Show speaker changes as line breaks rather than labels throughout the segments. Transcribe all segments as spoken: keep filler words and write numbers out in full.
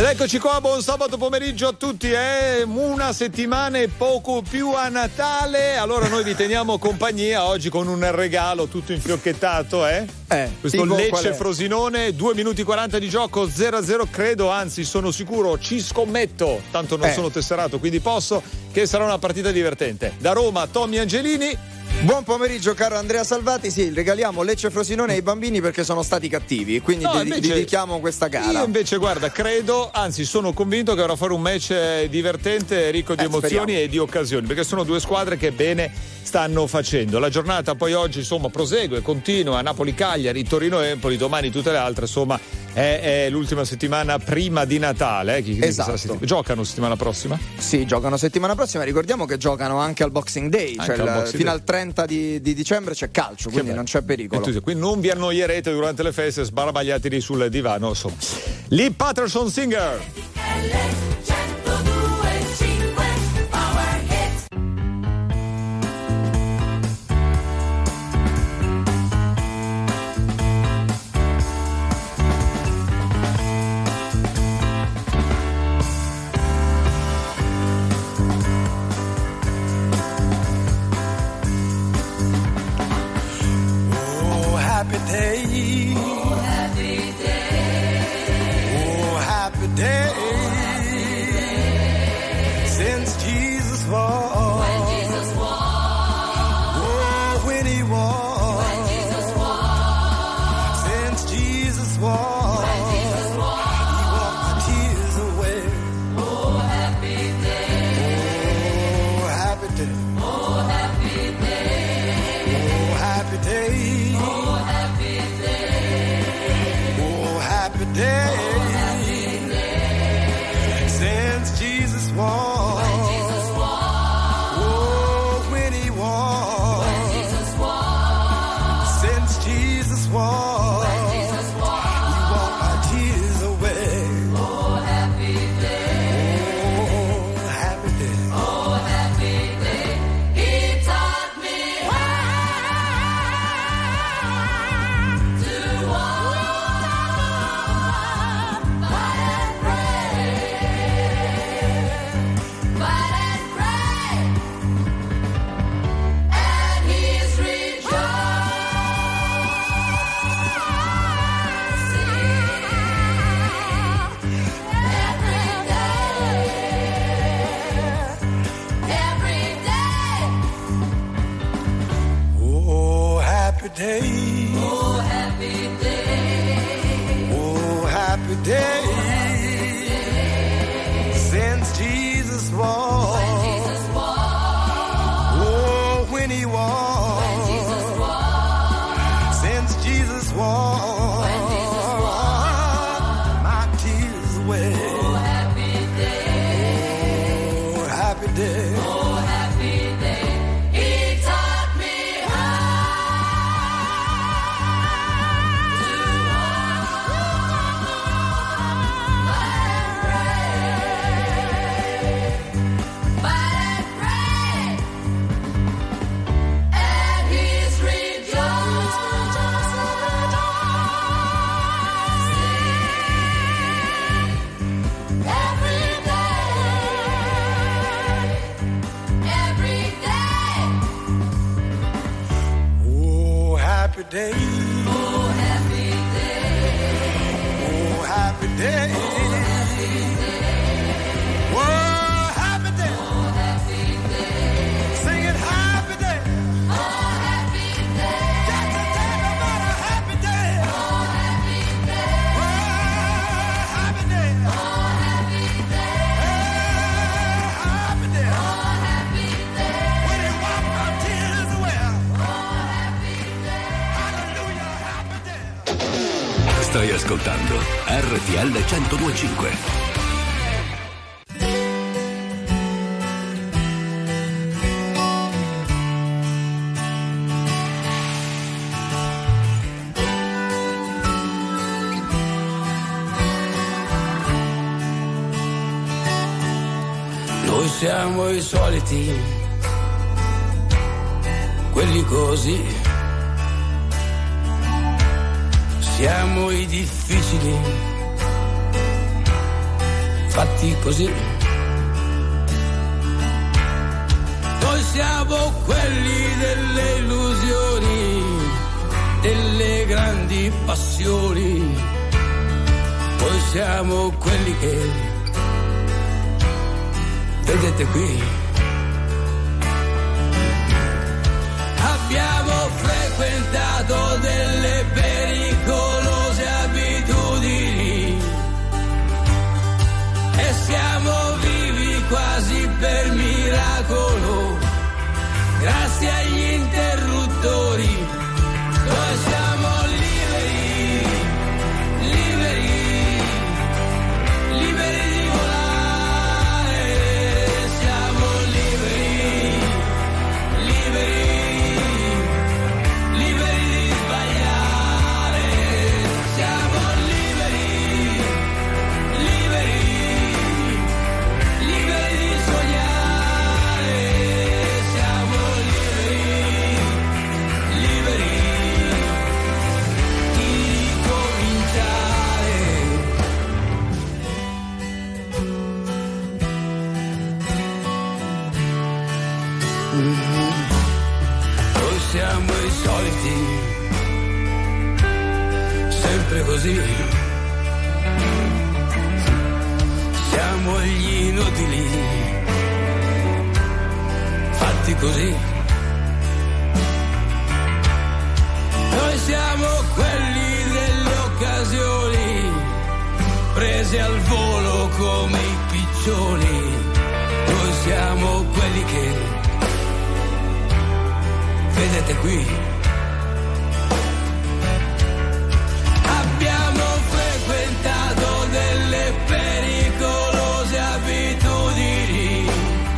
eccoci qua, buon sabato pomeriggio a tutti, è eh? una settimana e poco più a Natale, allora noi vi teniamo compagnia oggi con un regalo tutto infiocchettato, eh?
Eh,
questo Lecce Frosinone, due minuti quaranta di gioco, zero a zero credo, anzi sono sicuro, ci scommetto, tanto non
eh.
sono tesserato, quindi posso, che sarà una partita divertente. Da Roma, Tommy Angelini.
Buon pomeriggio caro Andrea Salvati, sì, regaliamo Lecce Frosinone ai bambini perché sono stati cattivi, quindi
no,
ded-
invece,
dedichiamo questa gara.
Io invece guarda, credo, anzi sono convinto che avrà fare un match divertente, ricco di
eh,
emozioni
speriamo.
e di occasioni, perché sono due squadre che bene stanno facendo. La giornata poi oggi insomma prosegue, continua, Napoli-Cagliari, Torino-Empoli, domani tutte le altre, insomma è, è l'ultima settimana prima di Natale. Eh? Chi, chi
esatto.
settim- giocano settimana prossima?
Sì, giocano settimana prossima, ricordiamo che giocano anche al Boxing Day,
Anche
cioè
al
il,
Boxing
fino
Day.
al trenta di, di dicembre c'è calcio, quindi non c'è pericolo.
Tu, quindi non vi annoierete durante le feste sbarabagliati lì sul divano, insomma. Lee Patterson Singer.
Happy day. Oh, happy day. Oh, happy day. Happy day. Since Jesus walked. When Jesus walked. Oh, when he walked. When Jesus walked. Since Jesus walked. When Jesus walked. He walked my tears away. Oh, happy day. Oh, happy day. Oh, happy day. Oh, happy day. Day. Oh, happy day. Since Jesus walked. When Jesus walked. Oh, when he walked. When Jesus walked. Since Jesus walked. When Jesus walked. He walked my tears away. Oh, happy day. Oh, happy day. Oh, happy day. He taught me how to walk. Day. Oh, happy day. Oh, happy day. Happy day. Since Jesus walked. When Jesus walked. Oh, when he walked. When Jesus walked. Since Jesus walked. When Jesus walked. My tears away. Oh, happy day. Oh, happy day. Oh, happy day. He taught me how. Happy day. Oh, happy day. Oh, happy day. Oh, happy day. Oh, happy day. Sing it, happy day. Oh, happy day. Got to tell me about a happy day. Oh, happy day. Oh, happy day. Oh, happy day. Oh, happy day. Oh, happy day. When he wiped my tears away.
Stai ascoltando R T L centodue e cinque.
Noi siamo i soliti, quelli così. Siamo i difficili, fatti così. Noi siamo quelli delle illusioni, delle grandi passioni. Noi siamo quelli che vedete qui. Abbiamo frequentato delle pericolose abitudini e siamo vivi quasi per miracolo, grazie agli interruttori. Noi siamo liberi, liberi, liberi di volare, siamo liberi, liberi. Noi siamo i soliti, sempre così. Siamo gli inutili, fatti così. Noi siamo quelli delle occasioni, presi al volo come i piccioni. Noi siamo quelli che vedete qui. Abbiamo frequentato delle pericolose abitudini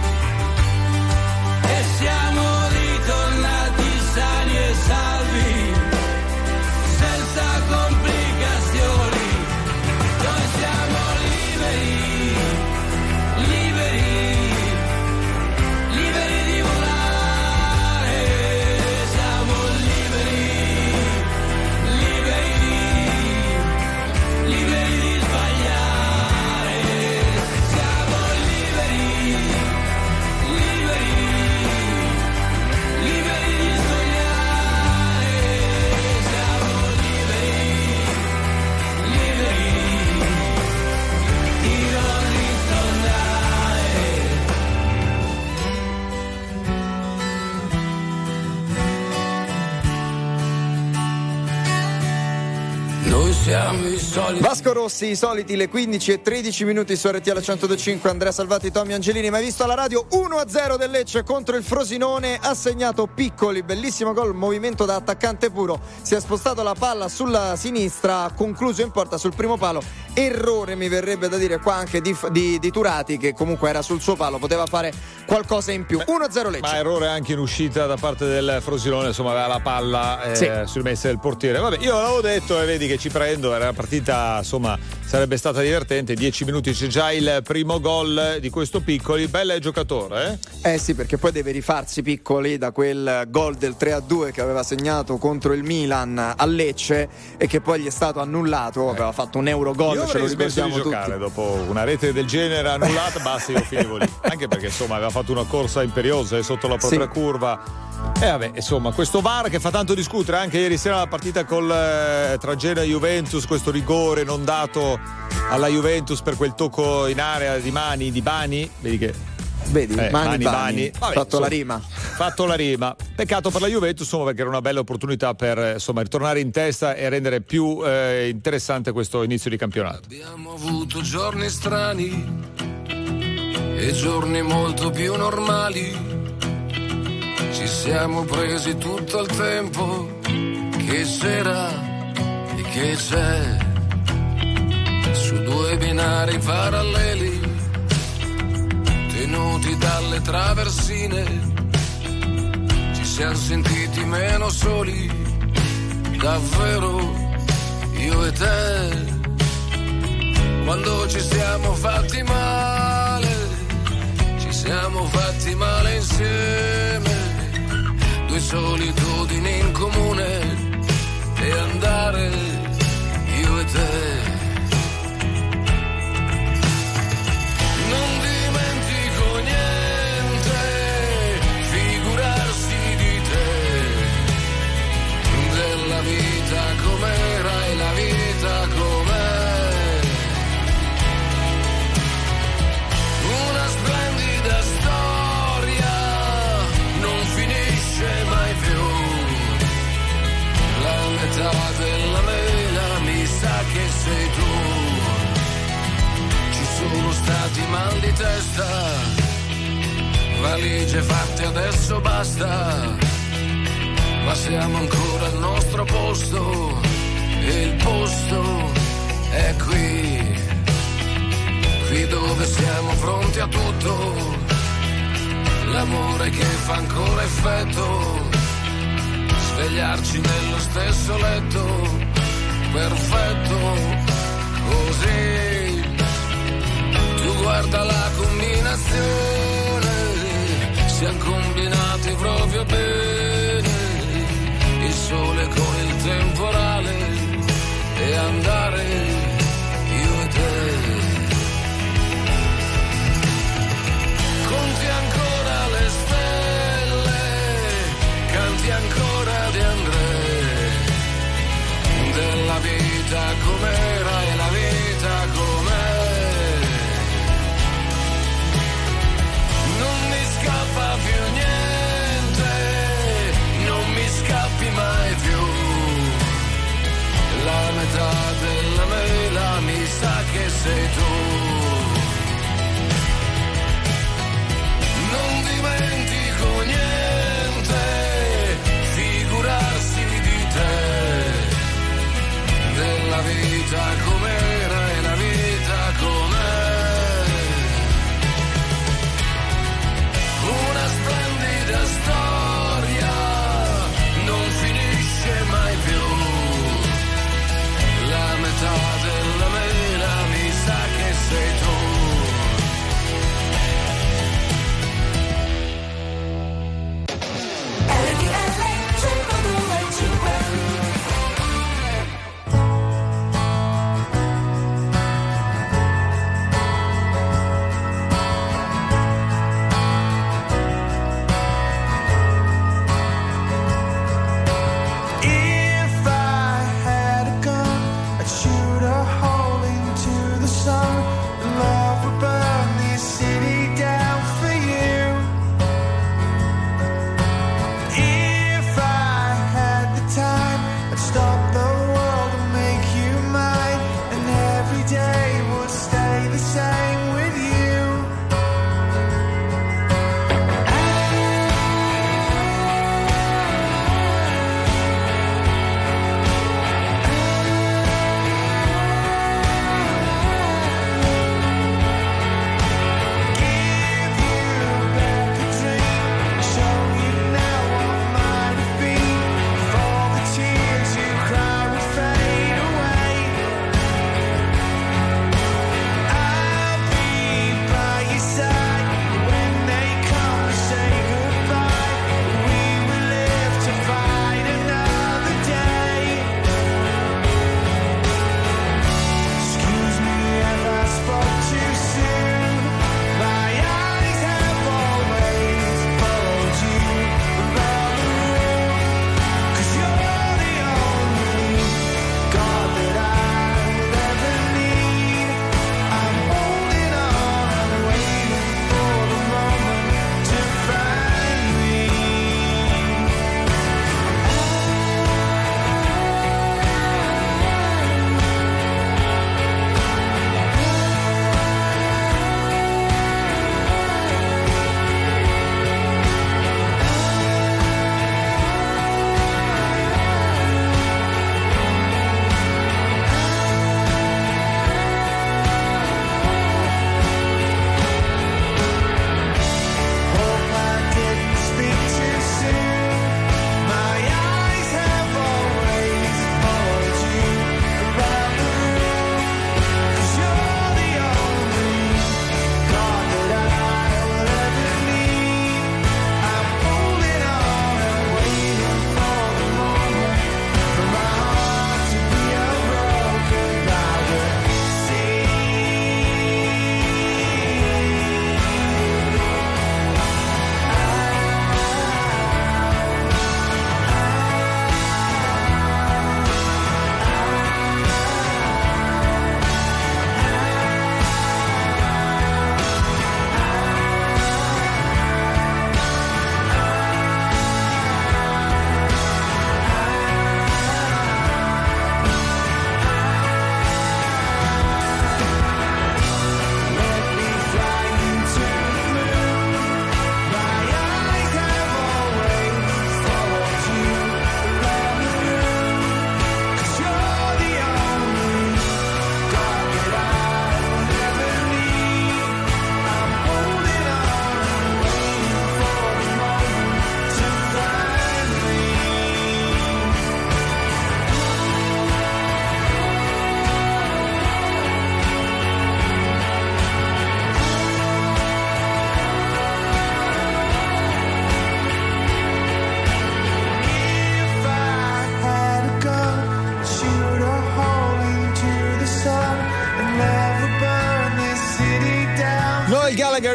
e siamo ritornati sani e salvi, senza complicazioni. Noi siamo liberi, liberi, liberi di volare, siamo liberi, liberi, liberi di sbagliare, siamo liberi, liberi, liberi di sognare, siamo liberi, liberi di non ritornare. Noi siamo i soliti.
Vasco Rossi, i soliti, le quindici e tredici minuti su R T L centodue e cinque. Andrea Salvati, Tommy Angelini. Mai visto alla radio? uno a zero del Lecce contro il Frosinone, ha segnato Piccoli, bellissimo gol, movimento da attaccante puro, si è spostato la palla sulla sinistra, ha concluso in porta sul primo palo. Errore, mi verrebbe da dire qua anche di, di, di Turati, che comunque era sul suo palo, poteva fare qualcosa in più. uno a zero Lecce.
Ma errore anche in uscita da parte del Frosinone, insomma aveva la palla eh,
Sì.
sul mezzo del portiere. Vabbè, io l'avevo detto e vedi che ci prendo, era una partita, insomma, sarebbe stata divertente. dieci minuti c'è già il primo gol di questo Piccoli, bel giocatore, eh?
Eh sì, perché poi deve rifarsi Piccoli da quel gol del tre a due che aveva segnato contro il Milan a Lecce e che poi gli è stato annullato, eh. aveva fatto un Eurogol,
Io
ce lo
avrei smesso
ricordiamo
di
tutti.
giocare dopo una rete del genere annullata, basta, io finivo lì. Anche perché insomma aveva fatto una corsa imperiosa eh, sotto la propria
Sì.
curva. E eh, vabbè, insomma, questo V A R che fa tanto discutere, anche ieri sera la partita col, eh, tra Genoa e Juventus, questo rigore non dato alla Juventus per quel tocco in area di mani di Bani, vedi che
Vedi,
eh,
mani,
mani,
Bani,
Bani. Vabbè,
fatto
insomma,
la rima.
Fatto la rima. Peccato per la Juventus, insomma, perché era una bella opportunità per insomma ritornare in testa e rendere più eh, interessante questo inizio di campionato.
Abbiamo avuto giorni strani e giorni molto più normali. Ci siamo presi tutto il tempo che c'era e che c'è su due binari paralleli tenuti dalle traversine. Ci siamo sentiti meno soli, davvero, io e te, quando ci siamo fatti male, ci siamo fatti male insieme. Due solitudini in comune e andare io e te. valigie fatte adesso basta, ma siamo ancora al nostro posto e il posto è qui, qui dove siamo pronti a tutto, l'amore che fa ancora effetto, svegliarci nello stesso letto, perfetto, così. Tu guarda la combinazione, siamo combinati proprio bene, il sole con il temporale e andare io e te. Conti ancora le stelle, canti ancora di André, della vita com'era e la vita com'è. Non mi scappa più niente,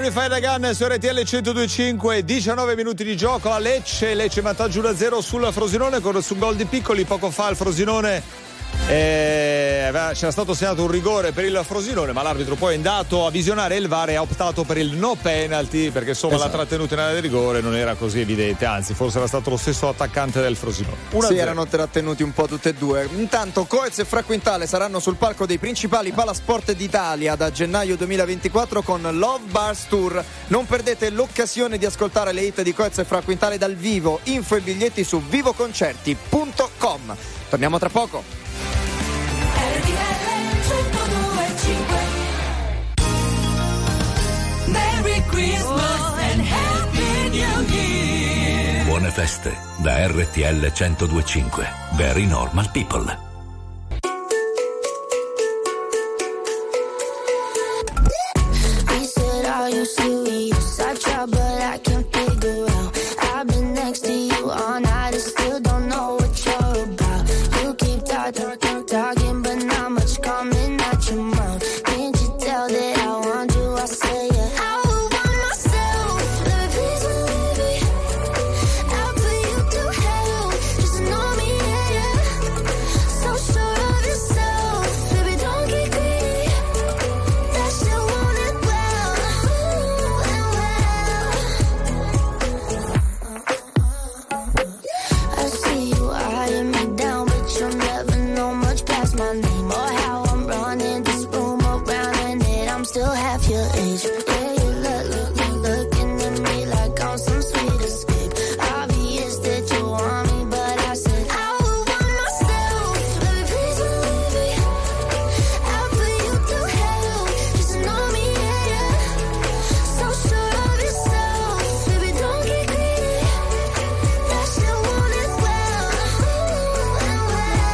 Purify the Gun su R T L centodue e cinque, diciannove minuti di gioco a Lecce, Lecce vantaggio uno a zero sul Frosinone con su gol di Piccoli. Poco fa il Frosinone eh, c'era stato segnato un rigore per il Frosinone, ma l'arbitro poi è andato a visionare il V A R e ha optato per il no penalty, perché insomma esatto, la trattenuta in area di rigore non era così evidente, anzi forse era stato lo stesso attaccante del Frosinone.
Sì, erano trattenuti un po' tutte e due. Intanto Coez e Fra Quintale saranno sul palco dei principali palasport d'Italia da gennaio duemilaventiquattro con Love Bars Tour. Non perdete l'occasione di ascoltare le hit di Coez e Fra Quintale dal vivo. Info e biglietti su vivoconcerti punto com. Torniamo tra poco.
Merry Christmas and Happy New Year.
Buone feste da R T L centodue e cinque. Very normal people.
He said, are you serious? I tried but I can't figure out. I've been next to you all night and still don't know what you're about. You keep talking, talking, talking, but not much coming out your mouth. Can't you tell that I want you? I say yeah. I would want myself, let me please me, baby. I'll put you to hell, just to know me, yeah, yeah. So sure of yourself, baby, don't get greedy. That shit want it well, ooh, and well. I see you eyeing me down, but you'll never know much past my name or how I'm running this room around, and that I'm still half your age. Yeah, you look, look, look, looking at me like I'm some sweet escape. Obvious that you want me, but I said I would want myself. Let me please me, baby. I'll put you through hell, just to know me, yeah, yeah. So sure of yourself, baby, don't get greedy. That shit want it well, ooh, and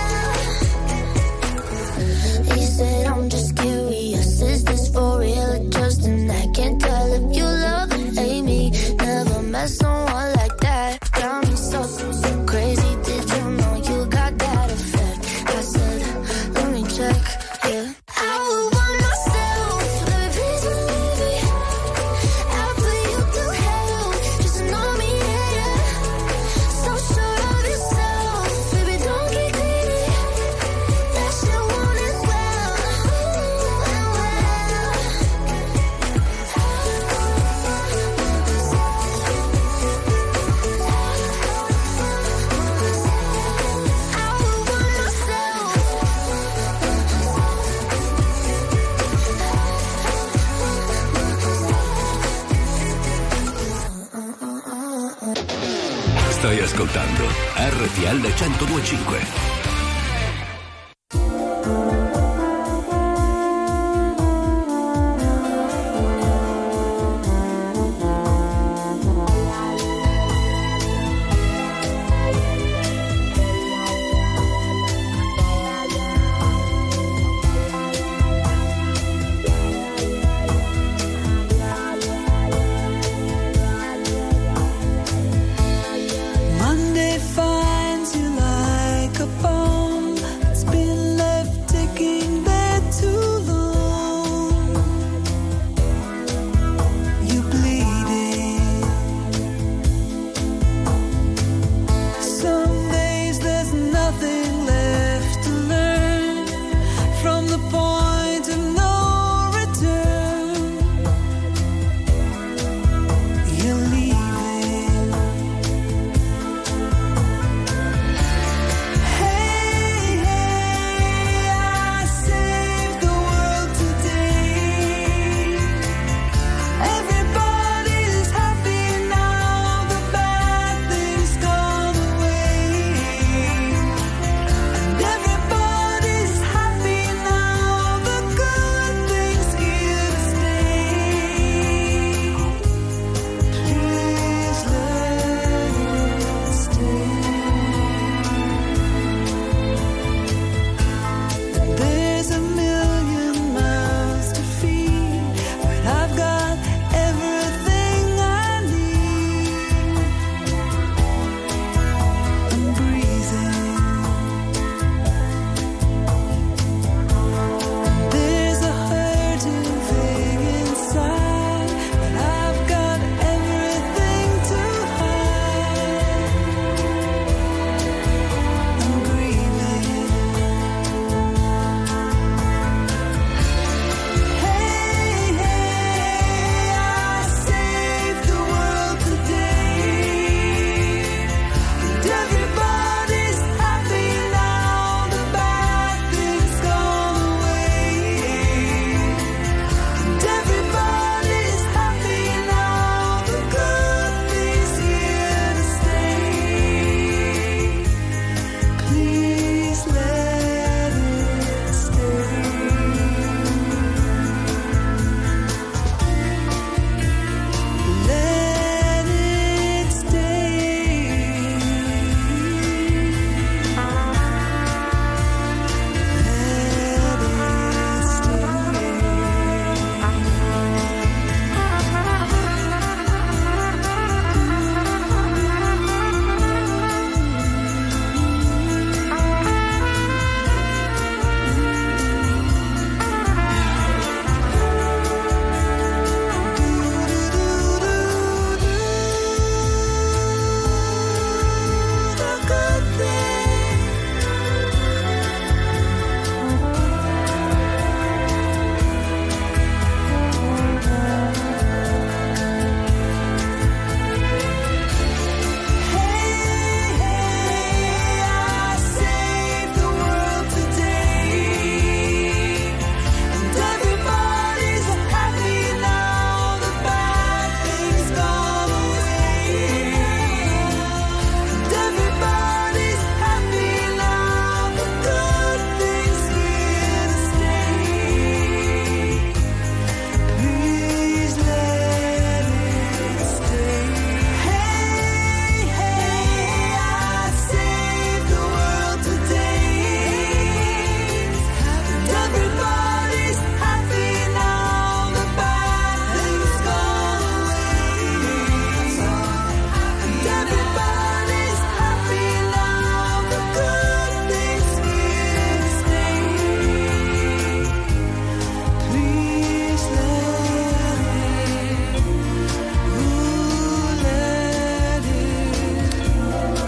well. He said, I'm just curious, is this for real or just an act? Can't tell if you love or hate me. Never met someone like that. Got me so, so, so crazy. Did you know you got that effect? I said, let me check, yeah. I would want myself, let me please me, baby. I'll put you through hell, just to know me, yeah, yeah. So sure of yourself, baby, don't get greedy. That shit want it well, ooh, and well. I would want myself.
Stai ascoltando R T L centodue e cinque.
Monday finds you like a ball.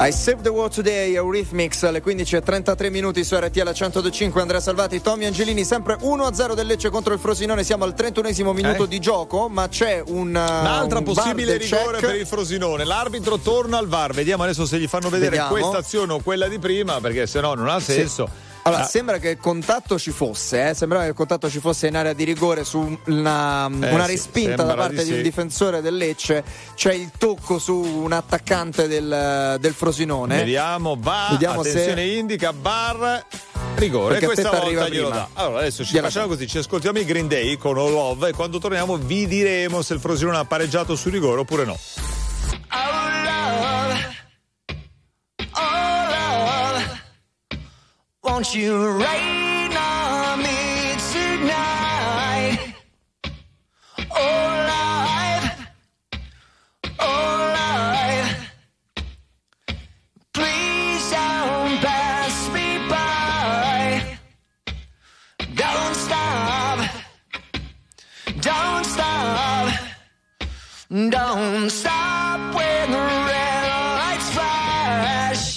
I Save the World Today, Eurythmics, alle quindici e trentatré minuti su R T L centodue e cinque. Andrea Salvati, Tommy Angelini, sempre uno a zero del Lecce contro il Frosinone. Siamo al trentunesimo minuto eh? di gioco, ma c'è un
un'altra
un
possibile rigore
check
per il Frosinone. L'arbitro torna al V A R. Vediamo adesso se gli fanno vedere
Vediamo.
questa azione o quella di prima, perché se no non ha senso.
Sì. Allora,
ah.
sembra che il contatto ci fosse, eh? sembrava che il contatto ci fosse in area di rigore su una,
Eh,
una
sì,
respinta da parte
di
di,
sì.
un difensore del Lecce. C'è il tocco su un attaccante del, del Frosinone.
Vediamo, va,
Vediamo
attenzione,
se...
indica V A R, rigore,
Perché
e questa
Aspetta
volta
arriva
glielo
prima.
dà. Allora adesso ci
Gliela
facciamo
dà.
così, ci ascoltiamo i Green Day con All Love e quando torniamo vi diremo se il Frosinone ha pareggiato su rigore oppure no.
Won't you rain on me tonight? Oh, life, oh, life. Please don't pass me by. Don't stop, don't stop, don't stop when the red lights flash.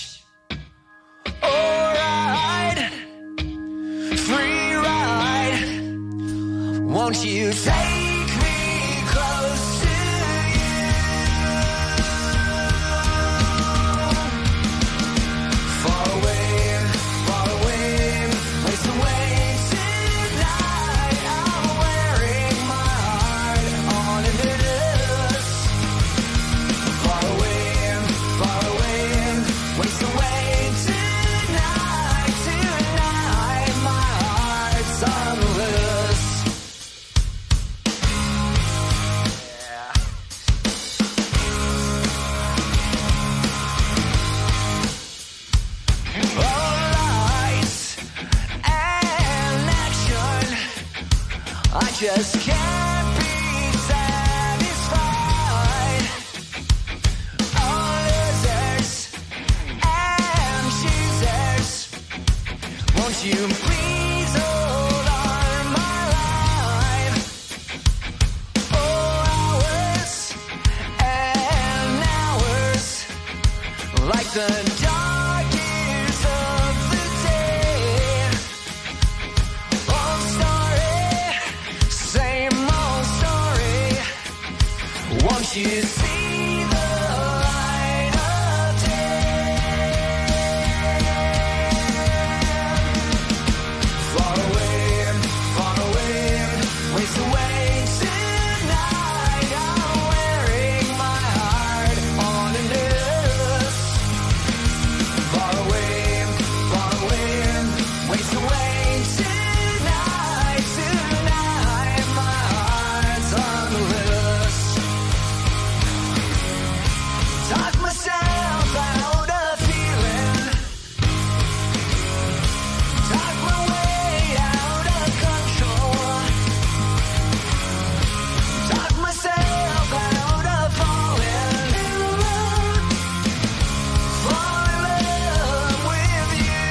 Won't you take me close to you? Far away, far away, waste away tonight. I'm wearing my heart on a noose. Far away, far away, waste away tonight. Tonight, my heart's on the loose. I just can't be satisfied. All losers and choosers. Won't you please hold on my life? Oh, hours and hours, like the dark years of the day. Old story, same old story. Won't you see the light of day? Far away, far away, waste away tonight. I'm wearing my heart on a noose. Far away, far away, waste away tonight. Tonight, my heart's on the loose. Talk myself out of feeling. Talk my way out of control. Talk myself out of falling in love. Fall in love with you.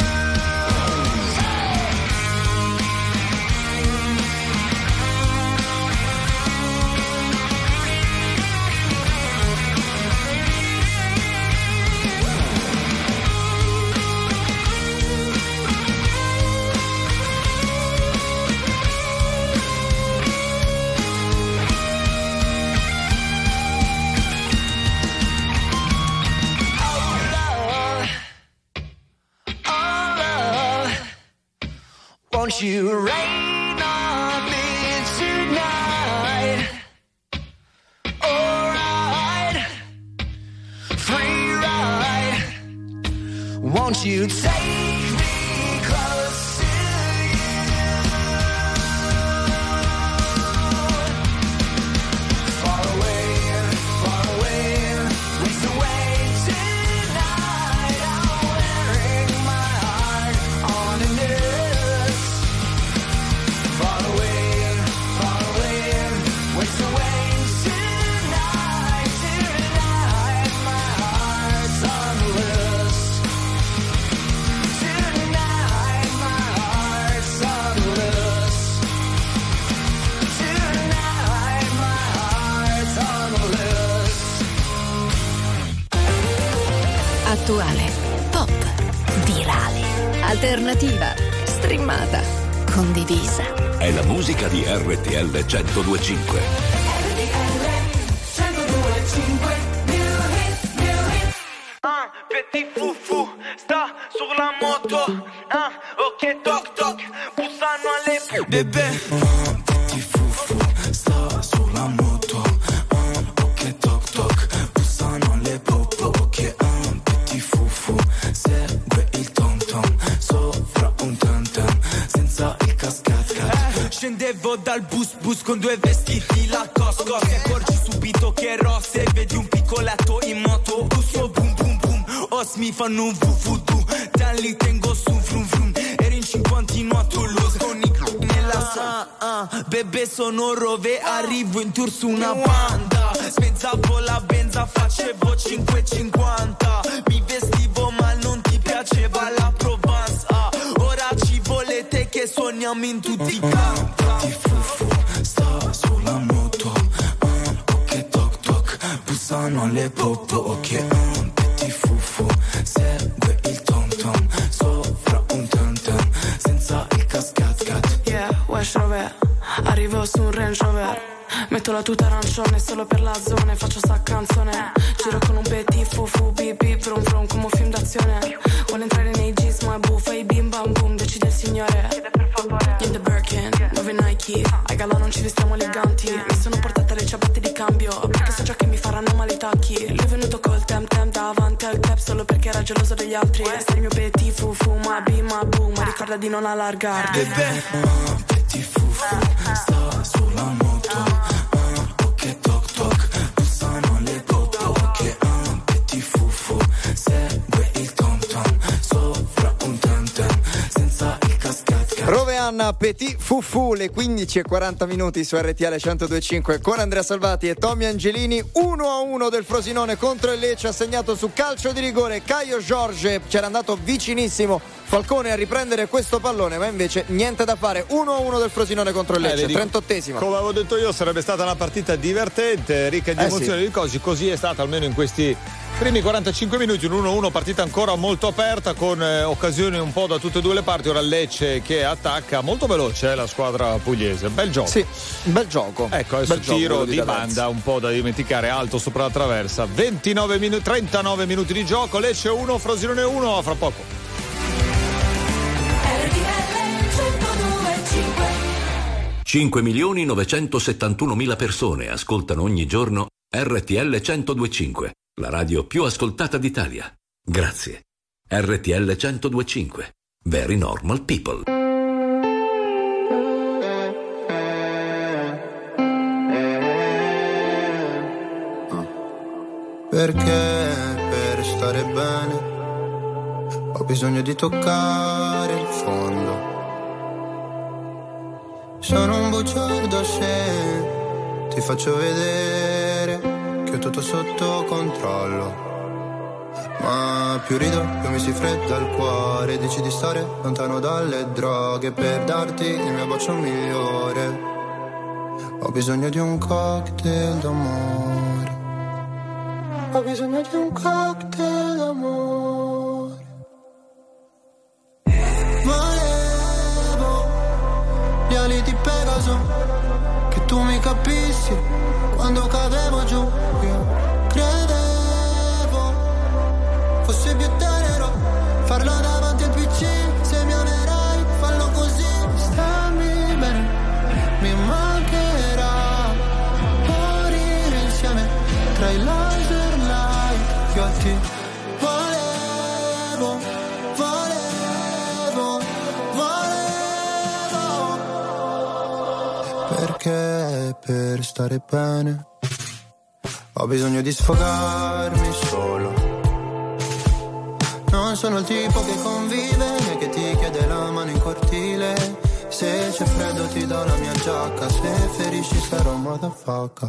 Oh, love, oh, love, won't you rain on me tonight? Alright, free ride. Won't you take me close to you? Far away, far away, waste away tonight. I'm wearing my heart on a noose. Far away, far away, waste away tonight. Tonight, my heart's on the loose. Tonight.
virale, alternativa, streamata, condivisa.
È la musica di R T L centodue e cinque.
R T L centodue e cinque.
Ah, petit fufu, sta sulla moto. Ah, ok, toc toc, bussano alle bebè. Ah, petit fufu, sta sulla moto. Ah, ok, toc toc, bussano alle popo. Ok, ah, petit fufu, segue il tom tom, sopra un tam tam, senza il cascat. Eh, scendevo dal bus bus con due vestiti la cosco. Ti accorgi subito che è rossa e vedi un piccoletto in moto. Busso boom boom. Os mi fanno un vuvudu, da lì tengo su frum frum. Eri in cinquantino a Toulouse con i c***i nella sa. Ah, ah, bebè sono Rove, arrivo in tour su una banda. Spezzavo la benza, facevo cinque e cinquanta. Mi vestivo ma non ti piaceva la Provence. Ah, ora ci volete che suoniamo in tutti i campi. Ti fufu, sta sulla moto. Ah, ok toc toc, bussano alle popo. Ok, ah. Fufu, segue il tom tom, sopra un tam tam, senza il cascat cat.
Yeah, West Rover, arrivo su un Range Rover. Metto la tuta arancione solo per la zona e faccio sta canzone. Giro con un petit fufu, bip bip, vrum vrum come un film d'azione. Vuole entrare nei jeans ma buffa e bim bam boom, decide il signore. Chiede per favore. In the Birkin, nuove Nike, ai gala non ci vestiamo eleganti. Mi sono portata le ciabatte di cambio, perché so già che mi faranno male i tacchi. Lui è venuto col tem tem davanti al club solo perché era geloso degli altri. Sei il mio petit fufu, ma bim ma boom, ma ricorda di non allargarti.
Bebè, ah, petit fufu, sta sulla moto. Ah, ok toc toc, bussano le popo. Ok, ah, petit fufu, segue il tom tom, sopra un tam tam, senza il cascat.
Roveanna, Petit Fufu, le quindici e quaranta minuti su R T L centodue e cinque con Andrea Salvati e Tommy Angelini. Uno a uno del Frosinone contro il Lecce, ha segnato su calcio di rigore Caio Jorge. C'era andato vicinissimo Falcone a riprendere questo pallone, ma invece niente da fare. Uno a uno del Frosinone contro il Lecce, eh, trentottesimo.
Come avevo detto io, sarebbe stata una partita divertente, ricca di
eh
emozioni,
sì.
di cose. Così è stata almeno in questi primi quarantacinque minuti, un uno a uno, partita ancora molto aperta con eh, occasioni un po' da tutte e due le parti. Ora Lecce che attacca molto veloce, eh, la squadra pugliese. Bel gioco.
Sì, bel gioco.
Ecco, adesso
bel gioco,
tiro
di
di banda un po' da dimenticare, alto sopra la traversa. ventinove minuti, trentanove minuti di gioco, Lecce uno, Frosinone uno, fra poco.
cinque milioni novecentosettantunomila persone ascoltano ogni giorno R T L centodue e cinque, la radio più ascoltata d'Italia. Grazie. R T L centodue e cinque. Very normal people.
Perché per stare bene ho bisogno di toccare il fondo. Sono un bugiardo se ti faccio vedere che ho tutto sotto controllo. Ma più rido, più mi si fredda il cuore. Dici di stare lontano dalle droghe per darti il mio bacio migliore. Ho bisogno di un cocktail d'amore. Ho bisogno di un cocktail d'amore. Volevo gli ali di Pegaso, che tu mi capissi quando cadevo giù. Io credevo fosse più tenero farlo davanti al P C. Se mi amerai, fallo così. Stammi bene, mi mancherà morire insieme tra i laser light che ho a te. Volevo, volevo, volevo. Perché per stare bene ho bisogno di sfogarmi solo. Non sono il tipo che convive né che ti chiede la mano in cortile. Se c'è freddo ti do la mia giacca, se ferisci sarò motherfucker.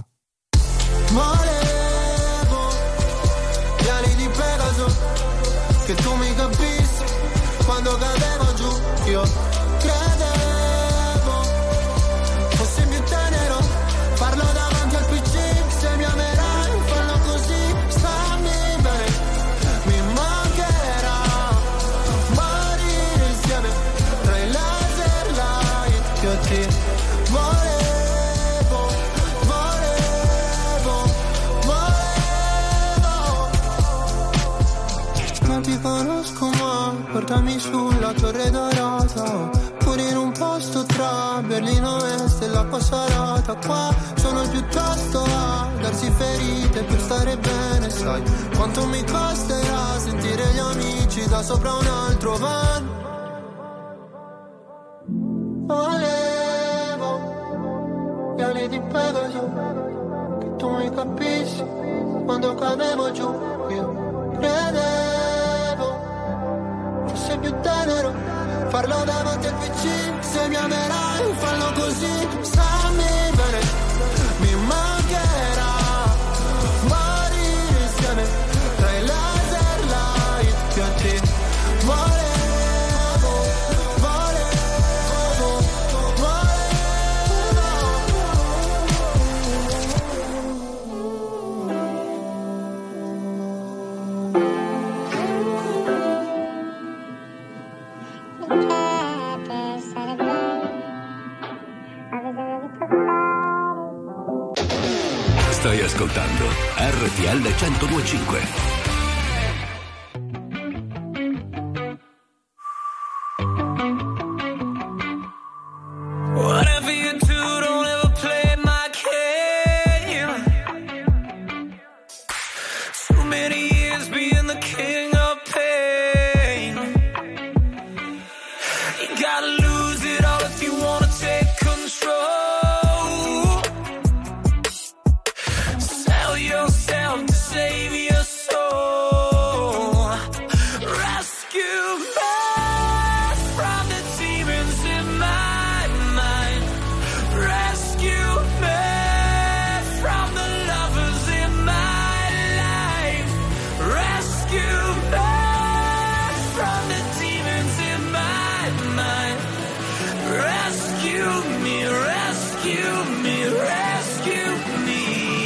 Volevo gli ali di Pegaso, che tu mi capissi quando cadevo giù. Io credevo fosse più tenero farlo davanti al P C. Se mi amerai, fallo così. Stammi bene, mi mancherà non ti conosco ma portami sulla torre dorata, pure in un posto tra Berlino Est e l'acqua salata. Qua sono piuttosto a darsi ferite per stare bene, sai quanto mi costerà sentire gli amici da sopra un altro van. Volevo gli ali di Pegaso, che tu mi capissi quando cadevo giù. Io credevo fosse più tenero farlo davanti al P C. Se mi amerai fallo così, stammi bene, mi mancherà morire insieme tra i laser light più a te. Volevo, volevo,
Stai ascoltando R T L centodue e cinque.
Whatever you do, don't ever play my game. Too many years being the king of pain. You gotta lose it all if you wanna take control. Sell yourself to save your soul. Rescue me from the demons in my mind. Rescue me from the lovers in my life. Rescue me from the demons in my mind. Rescue me, rescue me, rescue me.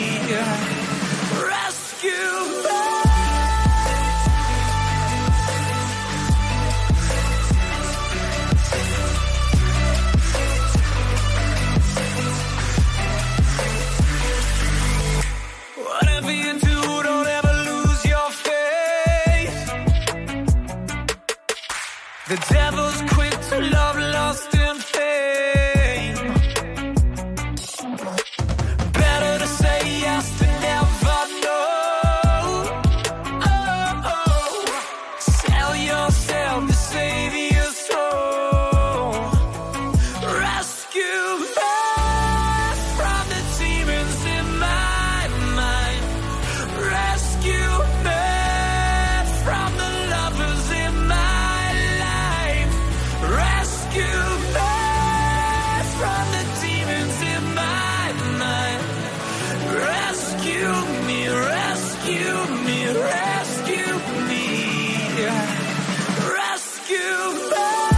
Rescue me. Whatever you do, don't ever lose your faith. The devil's quick to love, lust, and fame. Better to say yes than never know. Oh, oh. Sell yourself to save your soul. Rescue me from the demons in my mind. Rescue me from the lovers in my life. Rescue me from the demons in my mind. Rescue me, rescue me, rescue me. Rescue me.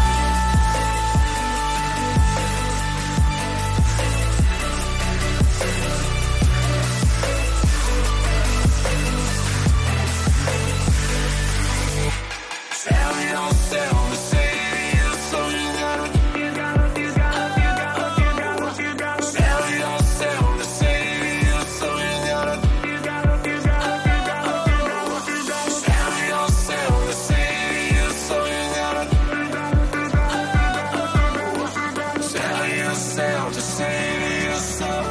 Tell yourself to save your soul. You gotta, you gotta, you gotta, you gotta, you gotta. Tell yourself to save your soul. You gotta, you gotta, you gotta, you gotta, you gotta. Tell yourself to save your soul. You gotta, you gotta, you gotta. Tell yourself to save your soul.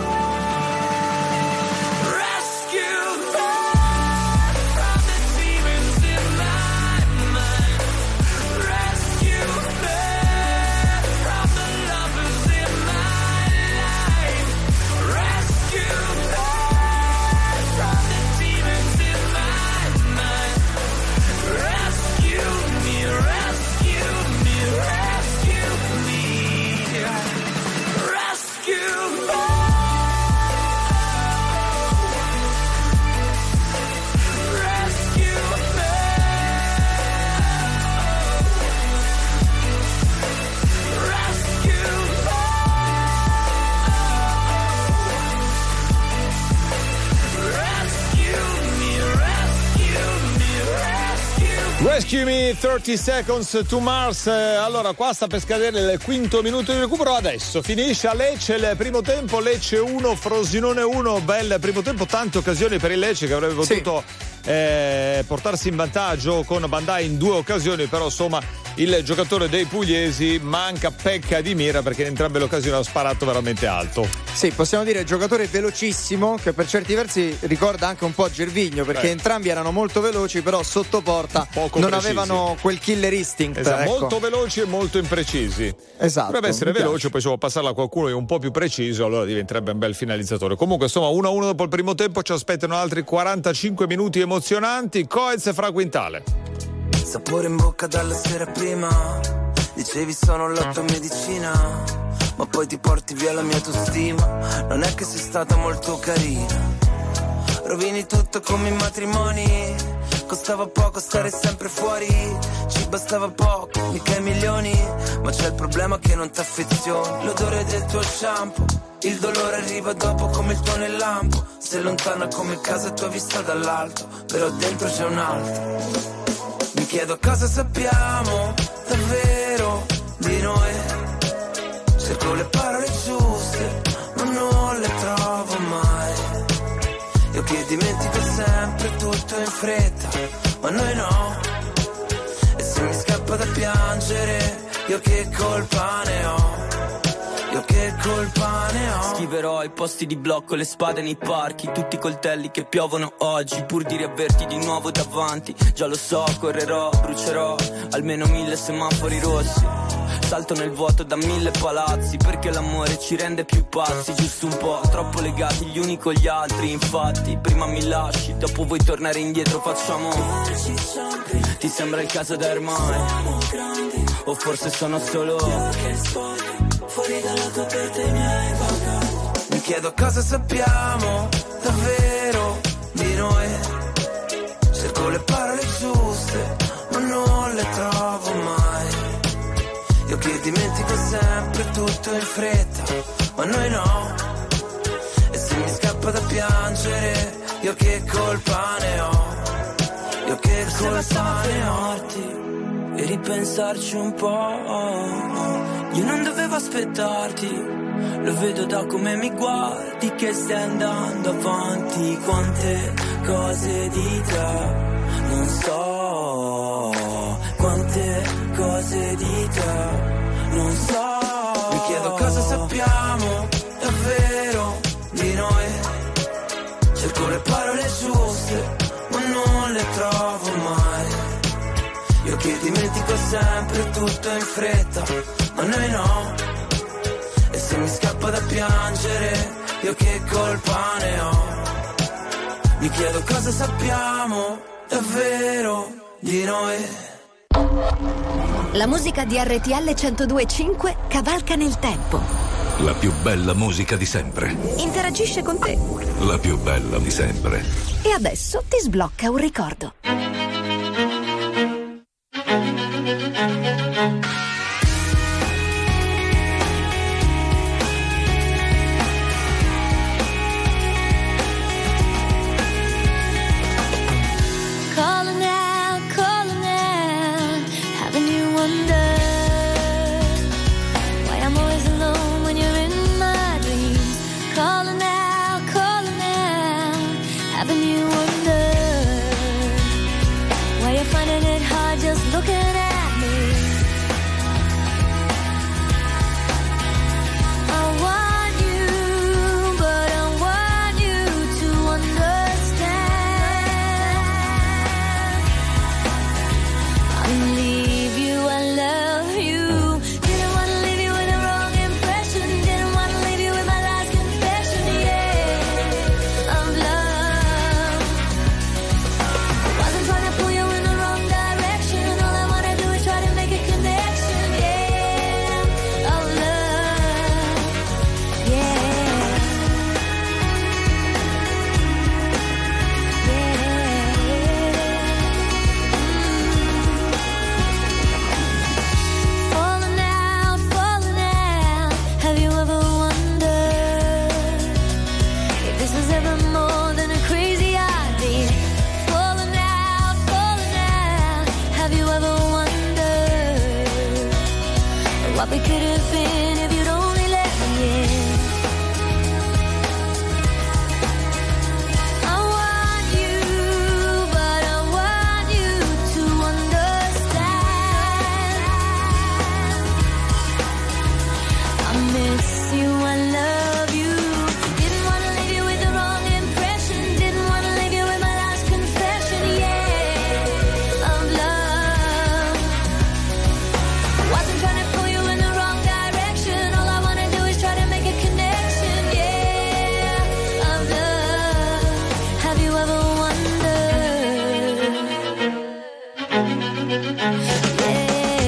Rescue me from the demons in my mind.
Rescue Me, thirty seconds to Mars. Allora, qua sta per scadere il quinto minuto di recupero. Adesso finisce a Lecce il primo tempo. Lecce uno, Frosinone uno. Bel primo tempo, tante occasioni per il Lecce che avrebbe potuto sì. eh, portarsi in vantaggio con Bandai in due occasioni, però insomma il giocatore dei pugliesi manca, pecca di mira, perché in entrambe le occasioni ha sparato veramente alto.
Sì, possiamo dire giocatore velocissimo, che per certi versi ricorda anche un po' Gervigno, perché eh. entrambi erano molto veloci, però sotto porta Poco non precisi. Avevano quel killer instinct.
Esatto,
ecco.
molto veloci e molto imprecisi.
Esatto.
Dovrebbe essere veloce, poi se può passarla a qualcuno che è un po' più preciso, allora diventerebbe un bel finalizzatore. Comunque insomma uno a uno dopo il primo tempo, ci aspettano altri quarantacinque minuti emozionanti. Coez e Fra Quintale.
Sapore in bocca dalla sera prima, dicevi sono la tua medicina, ma poi ti porti via la mia autostima. Non è che sei stata molto carina, rovini tutto come i matrimoni. Costava poco stare sempre fuori, ci bastava poco, mica i milioni. Ma c'è il problema che non t'affezioni. L'odore del tuo shampoo, il dolore arriva dopo come il tuo nel lampo. Sei lontana come casa tua vista dall'alto, però dentro c'è un altro. Mi chiedo cosa sappiamo davvero di noi. Cerco le parole giuste, ma non le trovo mai. Io che dimentico sempre tutto in fretta, ma noi no. E se mi scappa da piangere, io che colpa ne ho? Io che colpa ne ho?
Scriverò i posti di blocco, le spade nei parchi, tutti i coltelli che piovono oggi, pur di riaverti di nuovo davanti. Già lo so, correrò, brucerò almeno mille semafori rossi. Salto nel vuoto da mille palazzi, perché l'amore ci rende più pazzi. Giusto un po', troppo legati gli uni con gli altri. Infatti, prima mi lasci, dopo vuoi tornare indietro, facciamo. Ti sembra il caso da ormai? O forse sono solo fuori dalla tua testa i miei bagagli.
Mi chiedo cosa sappiamo davvero di noi. Cerco le parole giuste, ma non le trovo mai. Io che dimentico sempre tutto in fretta, ma noi no. E se mi scappa da piangere, io che colpa ne ho? Io che colpa ne ho?
E ripensarci un po'. Io non dovevo aspettarti, lo vedo da come mi guardi che stai andando avanti. Quante cose di te non so, quante cose di te non so.
Mi chiedo cosa sappiamo davvero di noi. Cerco le parole giuste, ma non le trovo mai. Io che dimentico sempre tutto in fretta, ma noi no. E se mi scappa da piangere, io che colpa ne ho? Mi chiedo cosa sappiamo davvero di noi.
La musica di R T L centodue e cinque cavalca nel tempo.
La più bella musica di sempre.
Interagisce con te.
La più bella di sempre.
E adesso ti sblocca un ricordo.
Looking at me, we could have been if you'd only let me in. I want you, but I want you to understand. I miss you, I love you. Didn't wanna leave you with the wrong impression. Didn't wanna leave you with my last confession, yeah, of love. Wasn't trying to pull you in the wrong direction. All I wanna do is try to make a connection, yeah, of love. Have you ever wondered? Yeah.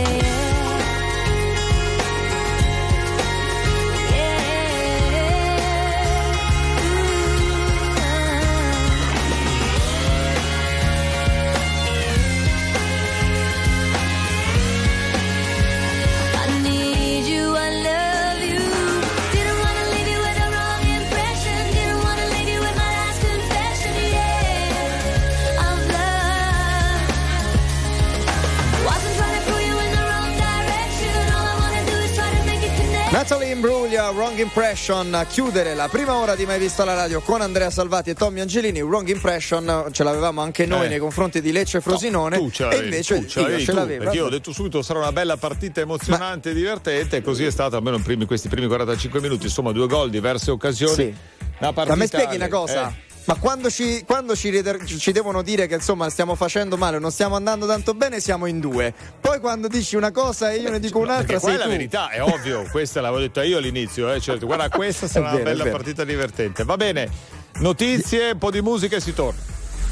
I need you, I love you. Didn't wanna leave you with the wrong impression. Didn't wanna leave you with my last confession, yeah, of love. Wasn't trying to pull you in the wrong direction. All I wanna do is try to make it connect.
Natalie Imbruglia, Wrong Impression, a chiudere la prima ora di Mai Visto alla Radio con Andrea Salvati e Tommy Angelini. Wrong Impression ce l'avevamo anche noi
Eh.
nei confronti di Lecce e Frosinone,
Tu ce
e
l'avevi,
invece
tu ce
io
l'avevi
ce
tu,
l'avevo.
perché io ho detto subito sarà una bella partita emozionante e divertente, e così è stato, almeno in primi, questi primi quarantacinque minuti, insomma due gol, diverse occasioni.
Sì.
Una partita,
Ma mi spieghi una cosa?
eh.
Ma quando, ci, quando ci, rider- ci devono dire che insomma stiamo facendo male, non stiamo andando tanto bene, siamo in due. Poi quando dici una cosa e io ne dico un'altra,
Perché qua
sei
è la
tu.
verità, è ovvio, questa l'avevo detta io all'inizio, eh, certo. Guarda, questa sarà
È vero,
una
è
bella
vero.
partita divertente. Va bene, notizie, un po' di musica e si torna.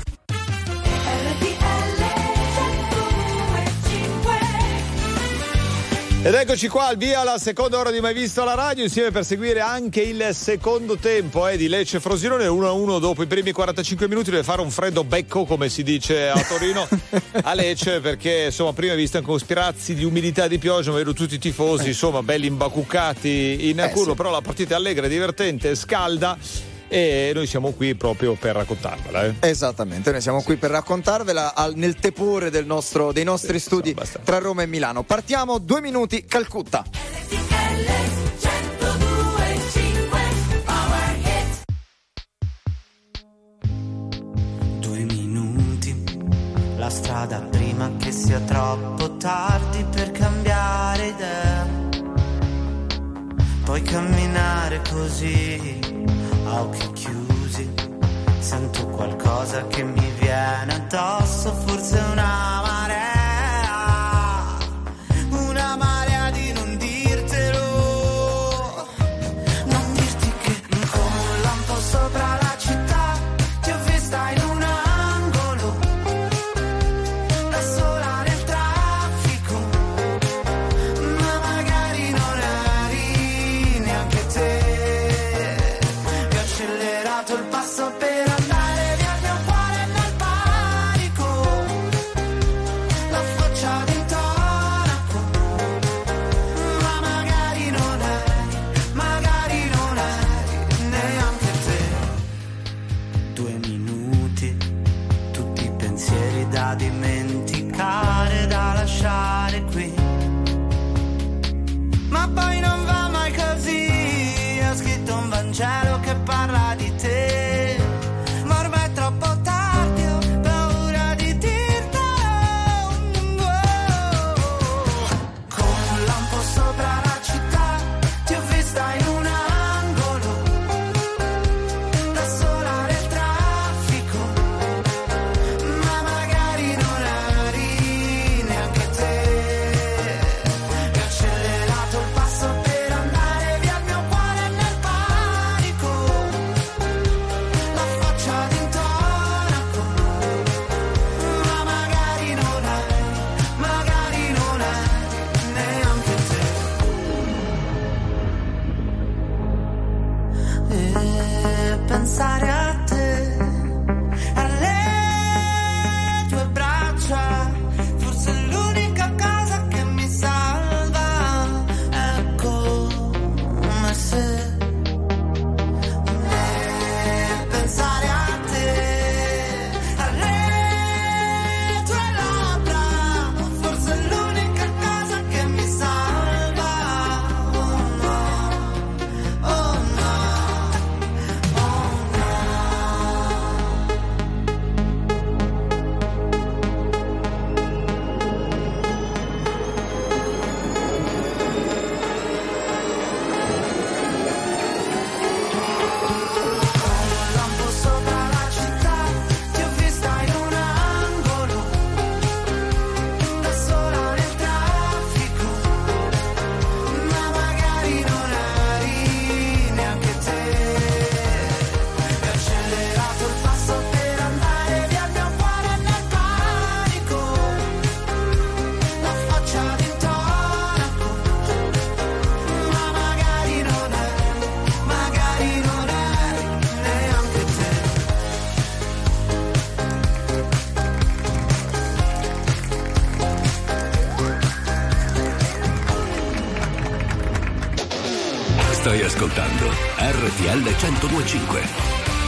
Ed eccoci qua al via la seconda ora di Mai Visto alla radio, insieme per seguire anche il secondo tempo eh, di Lecce Frosinone. uno a uno dopo i primi quarantacinque minuti. Deve fare un freddo becco, come si dice a Torino, a Lecce, perché insomma prima visto anche con spirazzi di umidità e di pioggia, ma vedo tutti i tifosi insomma belli imbacuccati in
Eh,
curva,
sì.
però la partita è allegra, divertente, scalda, e noi siamo qui proprio per raccontarvela. Eh.
Esattamente, noi siamo qui per raccontarvela al- nel tepore del nostro, dei nostri
Sì,
studi
basta.
tra Roma e Milano. Partiamo, due minuti, Calcutta.
Due minuti, la strada prima che sia troppo tardi per cambiare idea. Puoi camminare così, a occhi chiusi. Sento qualcosa che mi viene addosso, forse una marea. Una marea di non dirtelo. Non dirti che come un lampo sopra la città ti ho vista in un angolo, da sola nel traffico. Ma magari non eri neanche te. E ho accelerato il passo per andare via, il mio cuore nel panico.
Stai ascoltando R T L centodue e cinque.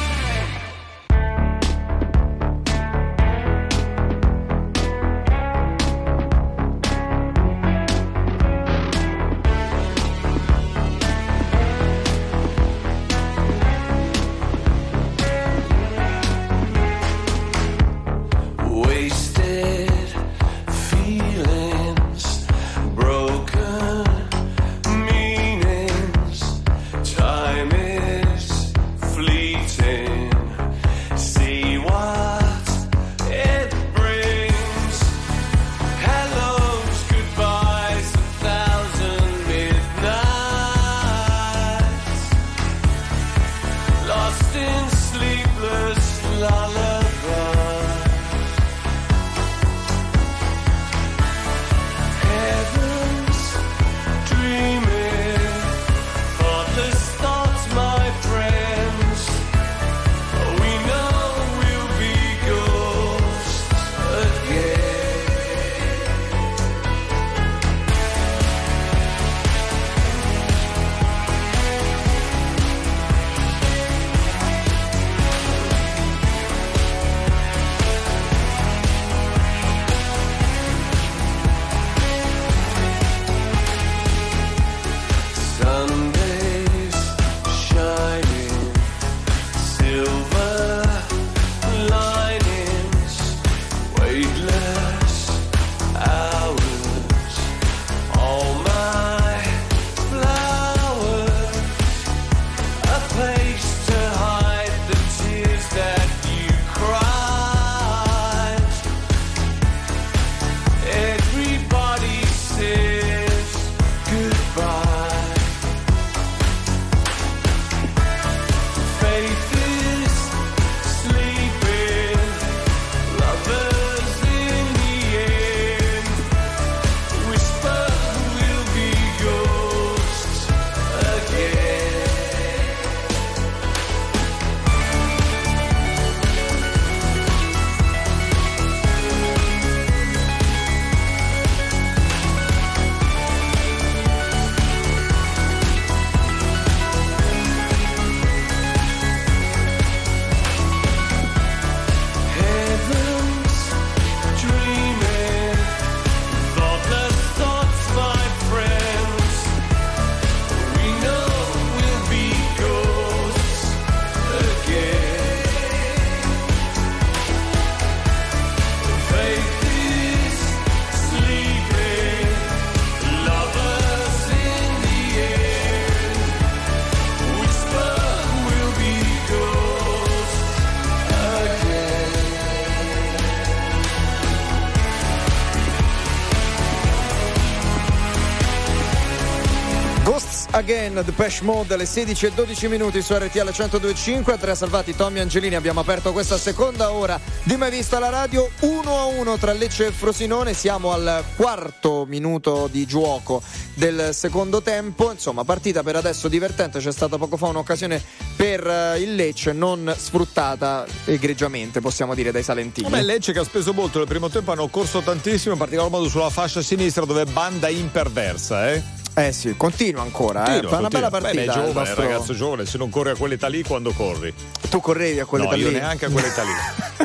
Again, Depeche Mode alle sedici e dodici minuti su R T L centodue e cinque. Andrea Salvati, Tommy Angelini, abbiamo aperto questa seconda ora di Mai Vista la Radio, uno a uno tra Lecce e Frosinone. Siamo al quarto minuto di gioco del secondo tempo, insomma partita per adesso divertente. C'è stata poco fa un'occasione per il Lecce non sfruttata egregiamente, possiamo dire, dai salentini.
Beh, Lecce che ha speso molto nel primo tempo, hanno corso tantissimo, in particolar modo sulla fascia sinistra dove banda imperversa, eh
Eh sì, continua ancora,
continua,
eh. Fa una
continua.
bella partita.
Beh, è giovane,
il nostro...
è un ragazzo giovane, se non corre a quell'età lì, quando corri?
Tu correvi a quell'età
no,
lì?
No, io neanche a quell'età lì.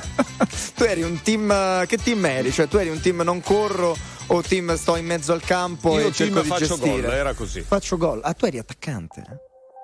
Tu eri un team, che team eri? Cioè tu eri un team non corro o team sto in mezzo al campo
io
e cerco
team
di
faccio
gestire?
Gol, era così.
Faccio gol. Ah, tu eri attaccante, eh?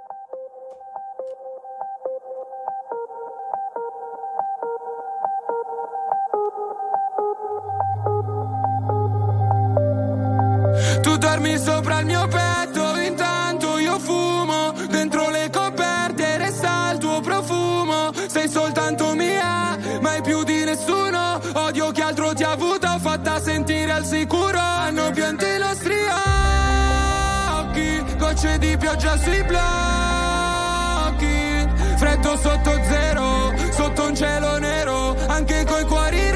Tu dormi sopra il mio petto, intanto io fumo. Dentro le coperte resta il tuo profumo. Sei soltanto mia, mai più di nessuno. Odio chi altro ti ha avuta, fatta sentire al sicuro. Hanno pianto i nostri occhi, gocce di pioggia sui blocchi. Freddo sotto zero, sotto un cielo nero, anche coi cuori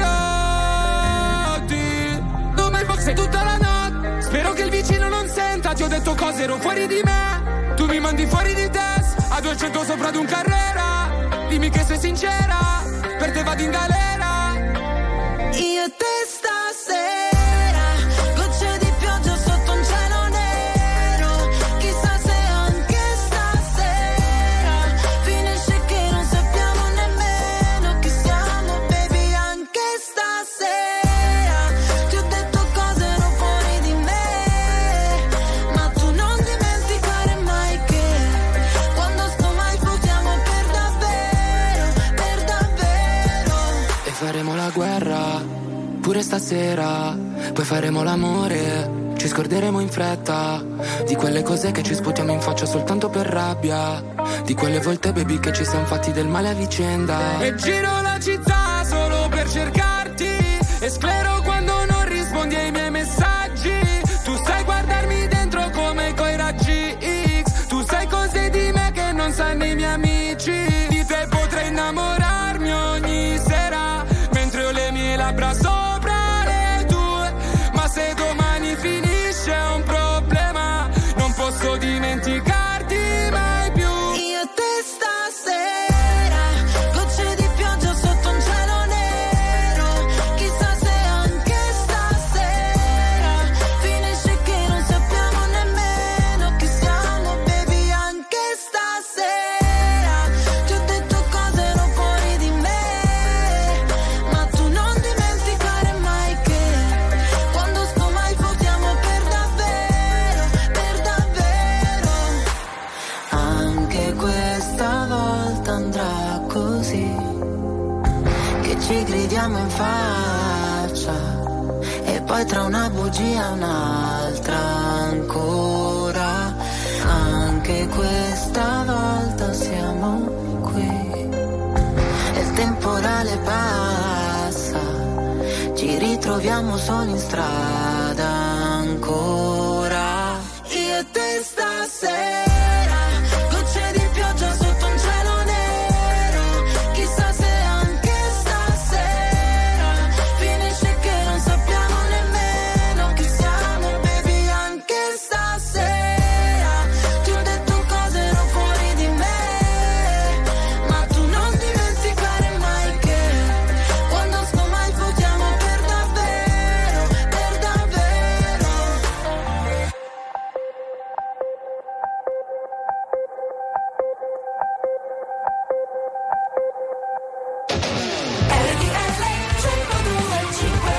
rotti. Non mai sei tutta la notte. Spero che il vicino non senta, ti ho detto cose, ero fuori di me. Tu mi mandi fuori di testa, a duecento sopra di un Carrera. Dimmi che sei sincera, per te vado in galera.
Io e te stasera, gocce di pioggia sotto un cielo nero. Chissà se anche
sera, poi faremo l'amore. Ci scorderemo in fretta di quelle cose che ci sputiamo in faccia soltanto per rabbia, di quelle volte baby che ci siamo fatti del male a vicenda.
E giro la città solo per cercarti, e sclero quando non rispondi ai miei messaggi. Tu sai guardarmi dentro come coi raggi X, tu sai cose di me che non sanno i miei amici. Di te potrei innamorarmi ogni sera, mentre ho le mie labbra sopra le tue. Ma se domani finisce è un problema, non posso dimenticarti mai più.
Io e te stasera, gocce di pioggia sotto un cielo nero. Chissà se anche stasera finisce che non sappiamo nemmeno chi siamo, baby. Anche stasera ti ho detto cose ero fuori di me, ma tu non dimenticare mai che quando sto mai votiamo per davvero, per davvero. Anche questa volta andrà così, che ci gridiamo in faccia e poi tra una bugia e un'altra ancora. Anche questa volta siamo qui e il temporale passa, ci ritroviamo solo in strada ancora. Io e te stasera, gocce di pioggia sotto un cielo nero. Chissà se anche stasera finisce che non sappiamo nemmeno chi siamo, baby. Anche stasera ti ho detto cose ero fuori di me, ma tu non dimenticare mai che quando sto mai votiamo per davvero, per davvero.
R T L centodue e cinque.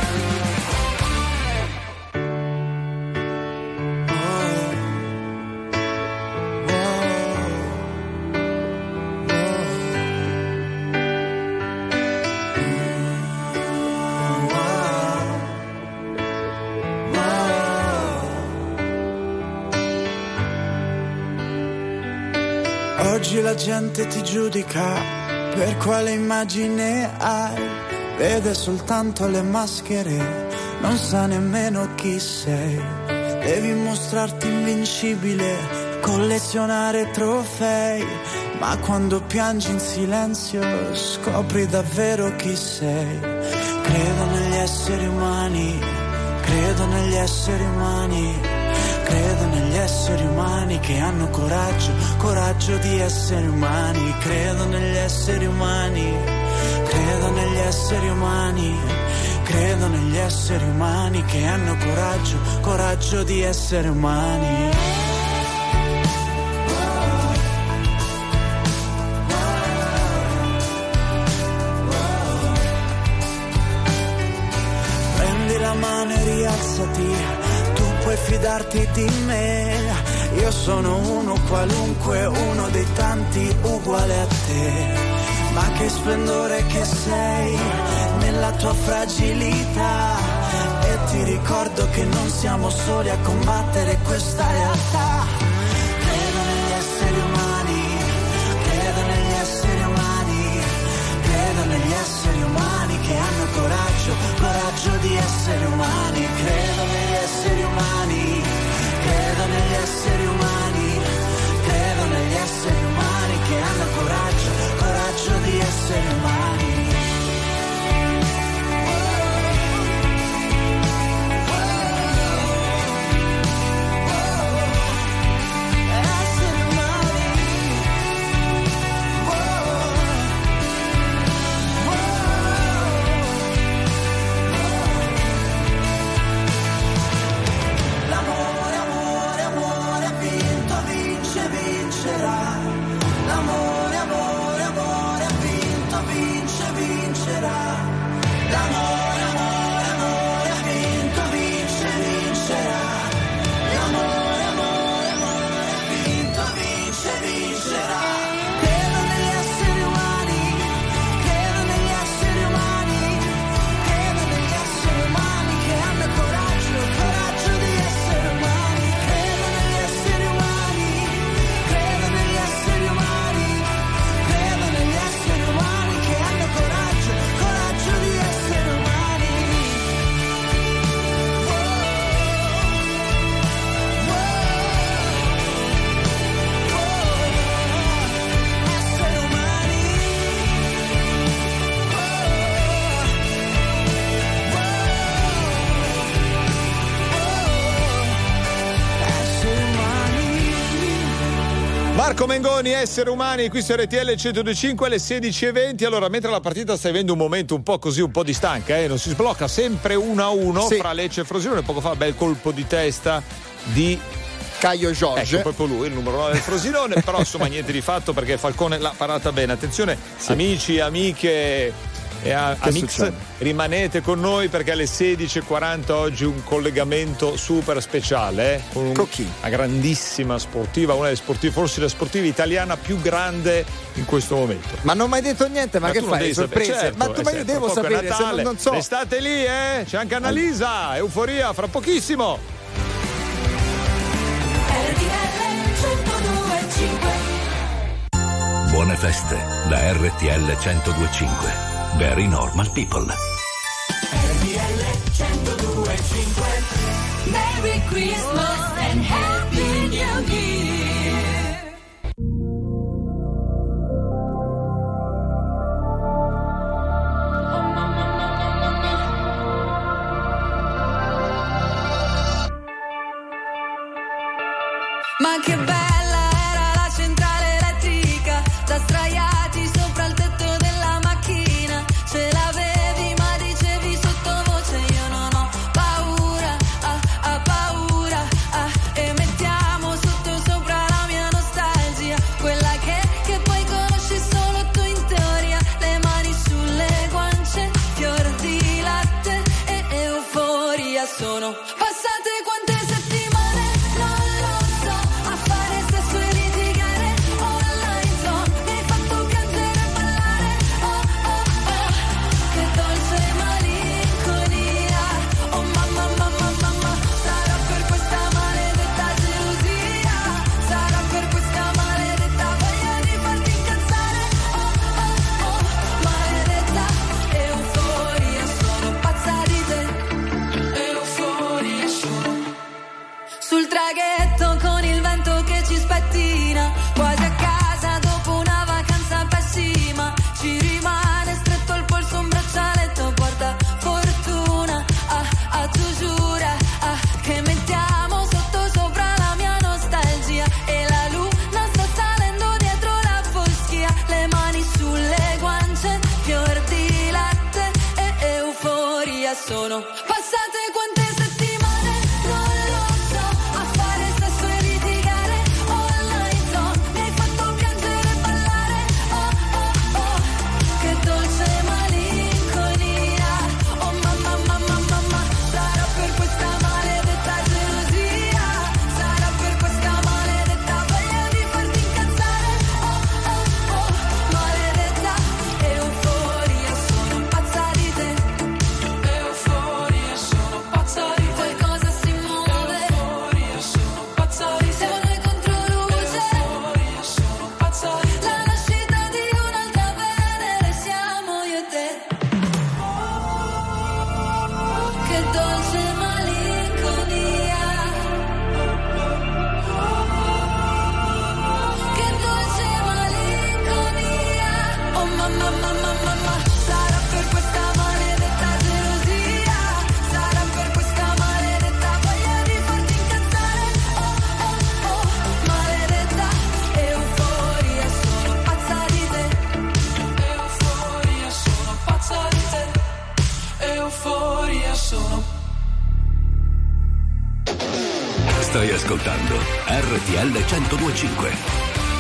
Oggi la gente ti giudica per quale immagine hai, vede soltanto le maschere, non sa nemmeno chi sei. Devi mostrarti invincibile, collezionare trofei, ma quando piangi in silenzio scopri davvero chi sei. Credo negli esseri umani, credo negli esseri umani, credo negli esseri umani che hanno coraggio, coraggio di essere umani. Credo negli esseri umani, credo negli esseri umani, credo negli esseri umani che hanno coraggio, coraggio di essere umani. Prendi la mano e rialzati, puoi fidarti di me. Io sono uno qualunque, uno dei tanti uguale a te. Ma che splendore che sei nella tua fragilità, e ti ricordo che non siamo soli a combattere questa realtà. Credo negli esseri umani, credo negli esseri umani, credo negli esseri umani che hanno coraggio, coraggio di essere umani. Credo negli esseri umani, credo negli esseri umani, credo negli esseri umani che hanno coraggio, coraggio di essere umani.
Marco Mengoni, Essere Umani, qui su R T L centodue e cinque alle sedici e venti. Allora, mentre la partita sta vivendo un momento un po' così, un po' di stanca, eh, non si sblocca, sempre uno a uno sì. fra Lecce e Frosinone. Poco fa bel colpo di testa di
Caio Giorgio,
ecco, proprio lui, il numero nove del Frosinone. Però insomma niente di fatto, perché Falcone l'ha parata bene. Attenzione, sì. amici, amiche e a, Amix, succede? Rimanete con noi, perché alle sedici e quaranta oggi un collegamento super speciale eh, con un, una grandissima sportiva, una delle sportive, forse la sportiva italiana più grande in questo momento.
Ma non mi hai detto niente, ma, ma che fai? Sorprese?
Certo,
ma tu, ma io devo sapere,
Natale,
se non, non so.
State lì, eh? C'è anche Annalisa, Euforia fra pochissimo.
Buone feste da R T L centodue e cinque. Very Normal People.
R T L centodue e cinque. Merry Christmas and Happy New Year.
Ma che bella era la centrale elettrica, da sdraiati sopra il tetto della macchina. Ce l'avevi ma dicevi sottovoce io non ho paura, ah, ah, paura, ah. E mettiamo sotto sopra la mia nostalgia, quella che, che poi conosci solo tu in teoria. Le mani sulle guance, fior di latte e euforia. Sono passate quante settimane, non lo so, a fare sesso e litigare online zone. Mi hai fatto piangere e ballare, oh oh oh, che dolce malinconia. Oh mamma mamma mamma, sarà per questa maledetta gelosia, sarà per questa maledetta voglia di farti incazzare, oh oh oh, maledetta euforia. Sono pazza di te, euforia sono. Sul traghetto con il vento che ci spettina, quasi a casa dopo una vacanza pessima. Ci rimane stretto al polso un braccialetto porta fortuna, ah, ah, tu giura, ah, che mettiamo sotto sopra la mia nostalgia. E la luna sta salendo dietro la foschia, le mani sulle guance, fior di latte e euforia. Sono passate quante settimane, non lo so, a fare sesso e litigare online zone. Mi hai fatto piangere e ballare, oh oh oh, che dolce malinconia. Oh mamma mamma mamma, sarà per questa maledetta gelosia, sarà per questa maledetta voglia di farti incazzare, oh oh oh, maledetta euforia. Sono pazza di te, euforia, sono pazza di te. Qualcosa si muove, euforia, sono pazza di te. Siamo noi contro luce, euforia, sono pazza di te. La nascita di un'altra Venere siamo io e te. Che dolce malinconia, che dolce malinconia. Oh mamma mamma mamma, sarà per questa maledetta gelosia, sarà per questa maledetta voglia di farti incazzare, oh oh oh, maledetta euforia. Sono pazza di te, euforia, sono pazza di te, euforia sono.
Stai ascoltando R T L centodue e cinque.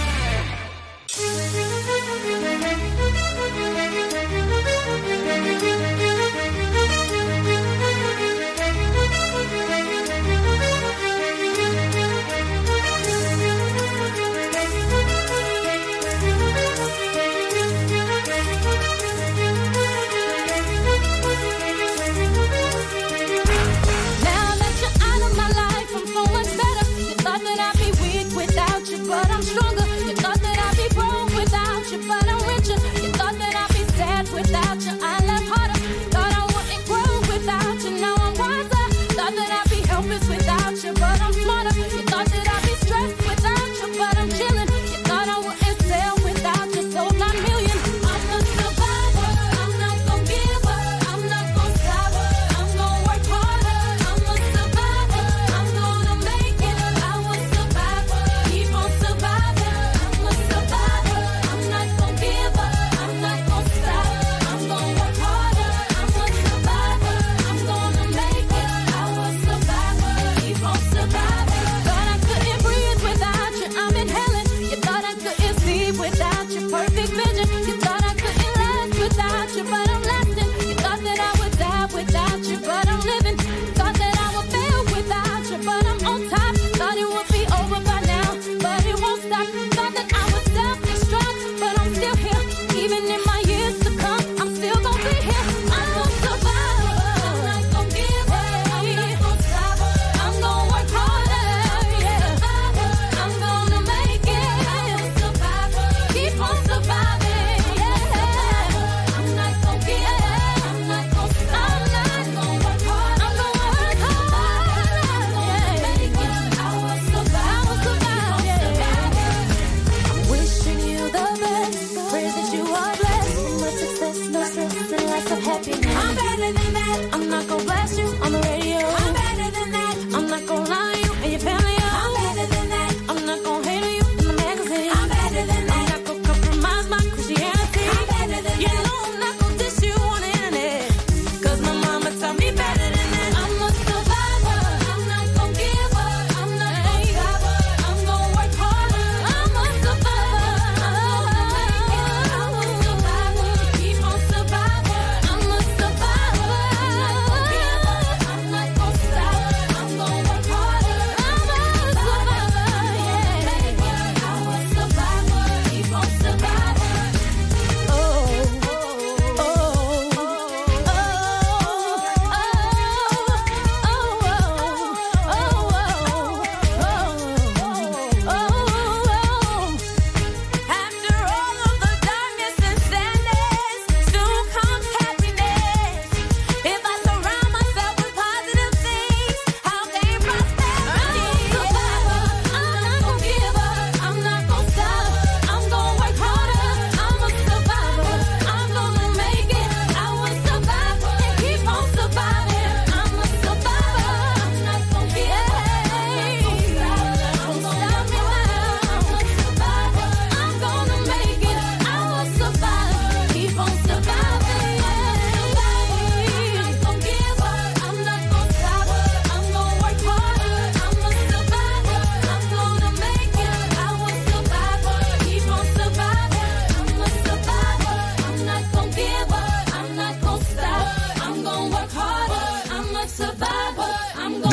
Now that you're out of my life, I'm so much better. You thought that I'd be weak without you, but I'm strong.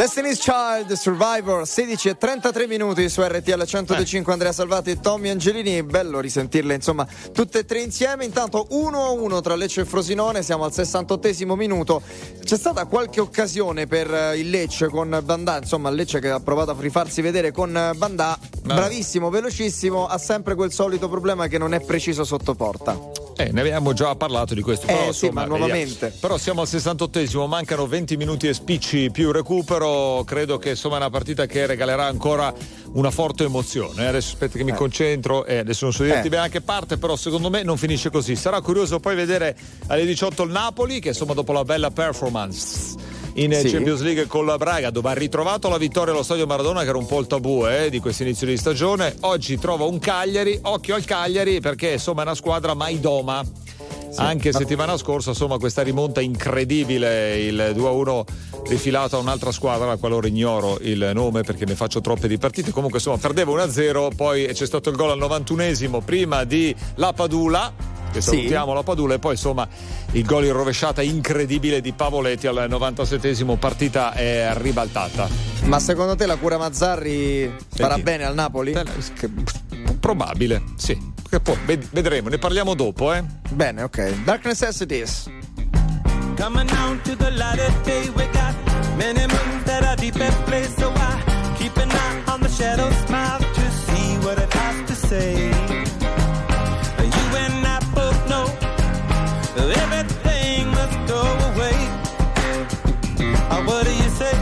Destiny's Child, Survivor, sedici e trentatré minuti su R T L centodue e cinque. Andrea Salvati e Tommy Angelini, bello risentirle insomma tutte e tre insieme. Intanto uno a uno tra Lecce e Frosinone, siamo al sessantottesimo minuto. C'è stata qualche occasione per il Lecce con Bandà, insomma il Lecce che ha provato a rifarsi vedere con Bandà, bravissimo, velocissimo, ha sempre quel solito problema che non è preciso sotto porta.
Eh, ne abbiamo già parlato di questo,
eh,
però,
sì,
insomma,
ma nuovamente.
Vediamo. Però siamo al sessantottesimo, mancano venti minuti e spicci più recupero. Credo che insomma è una partita che regalerà ancora una forte emozione. Adesso aspetta che mi eh. concentro e eh, adesso non so dirti eh. bene a che parte, però secondo me non finisce così. Sarà curioso poi vedere alle diciotto il Napoli, che insomma dopo la bella performance in sì. Champions League con la Braga, dove ha ritrovato la vittoria allo stadio Maradona, che era un po' il tabù eh, di questo inizio di stagione. Oggi trova un Cagliari, occhio al Cagliari, perché insomma è una squadra mai doma. Sì. Anche settimana scorsa insomma questa rimonta incredibile, il due a uno rifilato a un'altra squadra, la quale ora ignoro il nome perché ne faccio troppe di partite. Comunque insomma perdeva uno a zero, poi c'è stato il gol al novantunesimo prima di La Padula, che salutiamo, sì. La Padula, e poi insomma il gol in rovesciata incredibile di Pavoletti al novantasettesimo. Partita è ribaltata.
Ma secondo te la cura Mazzarri farà Senti. bene al Napoli?
Probabile, sì. Che poi vedremo, ne parliamo dopo, eh.
Bene, ok. Dark Necessities.
Coming out to the light of day, we got many moons that are deep at play, so I keep an eye on the shadow smile to see what it has to say. You and I both know everything must go away. Oh, what do you say?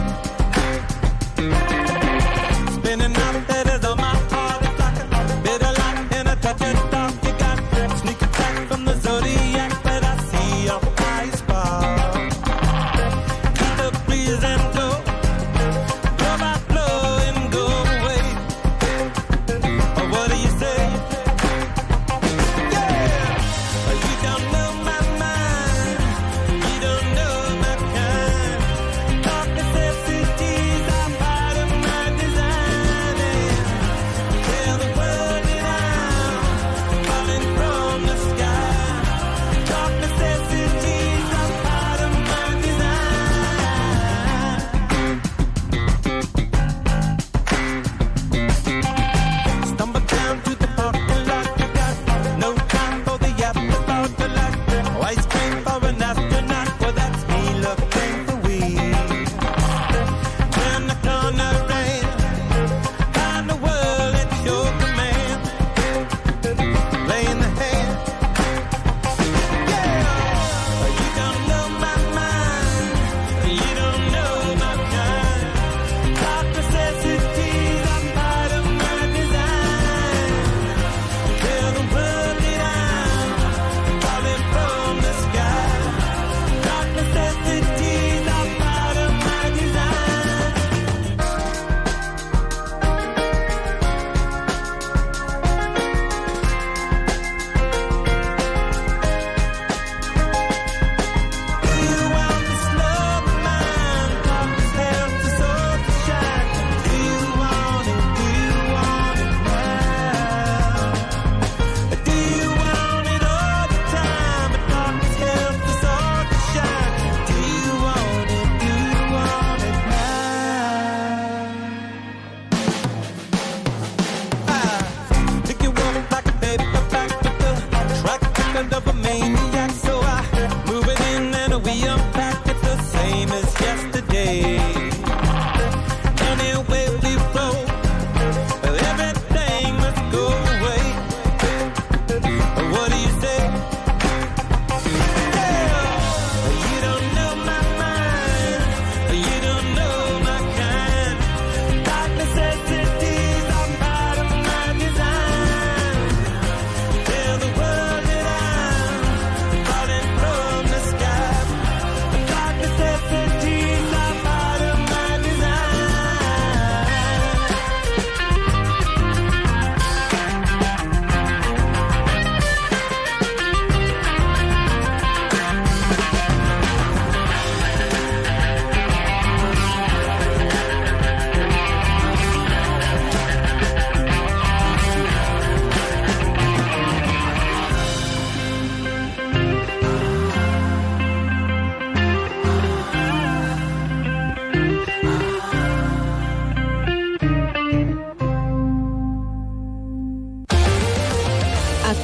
Spinning out that is on my heart, it's like a bitter light in a touch of dark. You got sneak attack from the zodiac, but I see your eyes fall. Keep the breeze and go. Go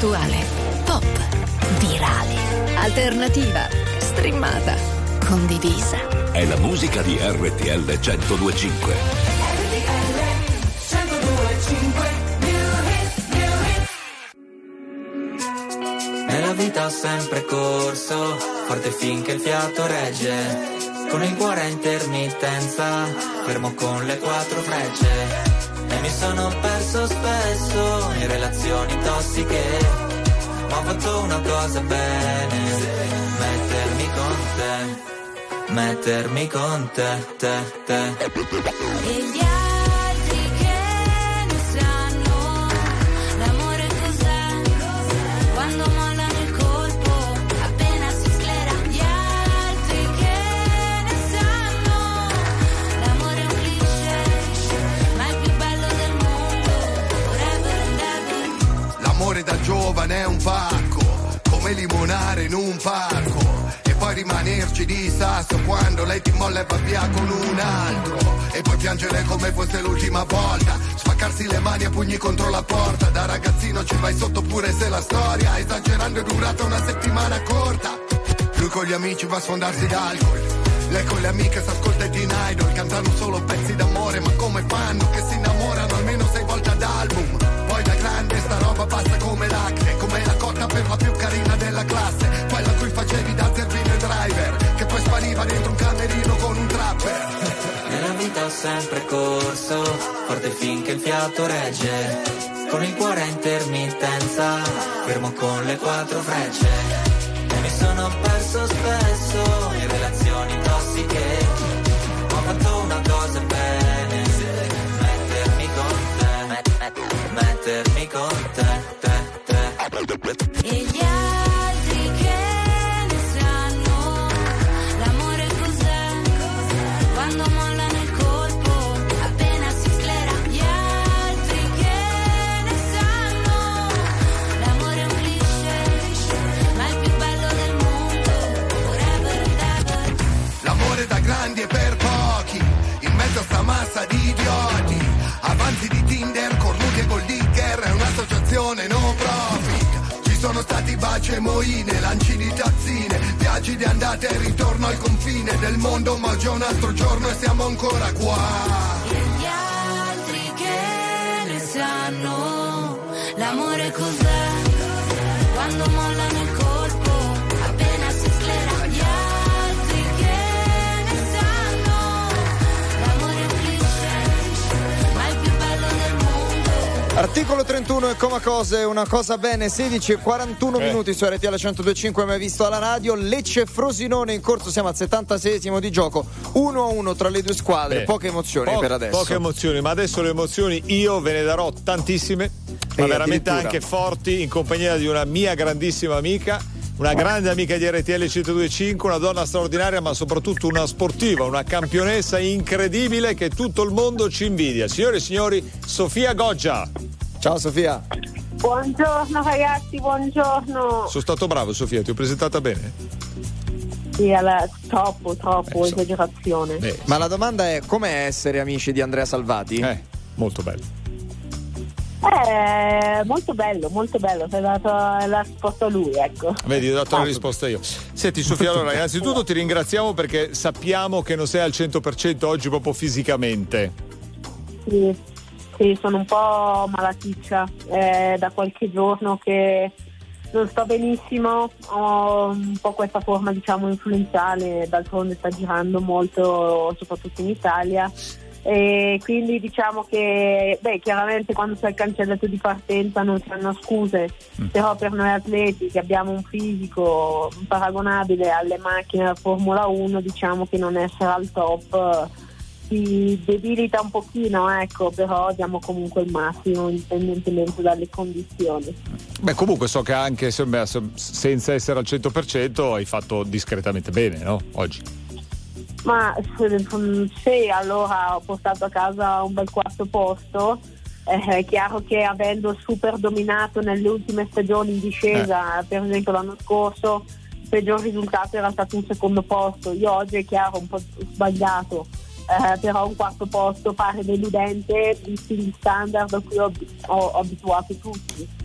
attuale, pop, virale, alternativa, streamata, condivisa.
È la musica di R T L centodue e cinque.
R T L centodue e cinque.
Nella vita ho sempre corso, forte finché il fiato regge. Con il cuore a intermittenza, fermo con le quattro frecce. E mi sono perso spesso in relazioni tossiche, ma ho fatto una cosa bene, mettermi con te, mettermi con te, te, te.
E gli altri che ne sanno, l'amore cos'è, quando mollano il colpo, appena si sclera. Gli altri che ne sanno, l'amore è un cliché, ma è il più bello del mondo, forever and ever.
L'amore da giovane è un pacco, come limonare in un parco, e poi rimanerci di sasso quando lei ti molla e va via con un altro, e poi piangere come fosse l'ultima volta, spaccarsi le mani a pugni contro la porta. Da ragazzino ci vai sotto pure se la storia, esagerando, è durata una settimana corta. Lui con gli amici va a sfondarsi d'alcol, lei con le amiche s'ascolta Teen Idol, cantano solo pezzi d'amore, ma come fanno che si innamorano almeno sei volte ad album. Poi da grande sta roba passa come l'acne, come la cotta per la più carina della classe, quella a cui facevi da zerbino e driver, che poi spariva dentro un camerino con un trapper.
Nella vita ho sempre corso, forte finché il fiato regge, con il cuore a intermittenza, fermo con le quattro frecce. E mi sono perso spesso in relazioni tossiche, ma ho fatto una cosa bene, mettermi con te, met- met- mettermi con te, te, te.
E gli altri che ne sanno, l'amore cos'è, quando mollano il colpo, appena si sclera. Gli altri che ne sanno, l'amore è un cliché, ma è il più bello del mondo, forever and ever.
L'amore da grandi e per pochi, in mezzo a sta massa di idioti, avanti di Tinder, cornuti e gold digger, è un'associazione no profit. Ci sono stati baci e moine, lanci di tazzine, viaggi di andata e ritorno al confine del mondo, ma oggi è un altro giorno e siamo ancora qua.
E gli altri che ne sanno, l'amore cos'è, quando mollano il colpo, appena si sclera. Gli altri che ne sanno, l'amore è un cliché, ma è il più bello del mondo.
Articolo trentuno e Coma Cose, una cosa bene, sedici e quarantuno
Eh.
minuti su R T L centodue e cinque, mai visto alla radio. Lecce Frosinone in corso, siamo al settantaseiesimo di gioco, uno a uno tra le due squadre.
Beh,
Poche emozioni
po-
per adesso.
Poche emozioni, ma adesso le emozioni io ve ne darò tantissime, ma
E
veramente
addirittura.
anche forti, in compagnia di una mia grandissima amica, una grande amica di R T L centodue e cinque, una donna straordinaria, ma soprattutto una sportiva, una campionessa incredibile che tutto il mondo ci invidia. Signore e signori, Sofia Goggia.
Ciao Sofia.
Buongiorno ragazzi, buongiorno.
Sono stato bravo, Sofia, ti ho presentata bene?
Sì, alla, troppo, troppo
Beh, so-
esagerazione.
Beh,
Ma la domanda è: com'è essere amici di Andrea Salvati?
Eh, molto bello.
Eh, molto bello, molto bello. Sei dato la risposta a lui, ecco.
Vedi, ho dato la risposta io. Senti Sofia, allora innanzitutto ti ringraziamo perché sappiamo che non sei al cento per cento oggi proprio fisicamente.
Sì, sì, sono un po' malaticcia. È da qualche giorno che non sto benissimo. Ho un po' questa forma, diciamo, influenzale. D'altronde sta girando molto, soprattutto in Italia. E quindi diciamo che, beh, chiaramente quando sei cancellato di partenza non si hanno scuse, mm. però per noi atleti che abbiamo un fisico paragonabile alle macchine della Formula uno, diciamo che non essere al top si debilita un pochino, ecco, però diamo comunque il massimo indipendentemente dalle condizioni.
Beh, comunque so che anche insomma, senza essere al cento per cento hai fatto discretamente bene, no? Oggi.
Ma sì, allora ho portato a casa un bel quarto posto. Eh, è chiaro che avendo super dominato nelle ultime stagioni in discesa, eh. per esempio l'anno scorso il peggior risultato era stato un secondo posto. Io oggi è chiaro un po' sbagliato, eh, però un quarto posto pare deludente visti gli standard a cui ho, ho, ho abituato tutti.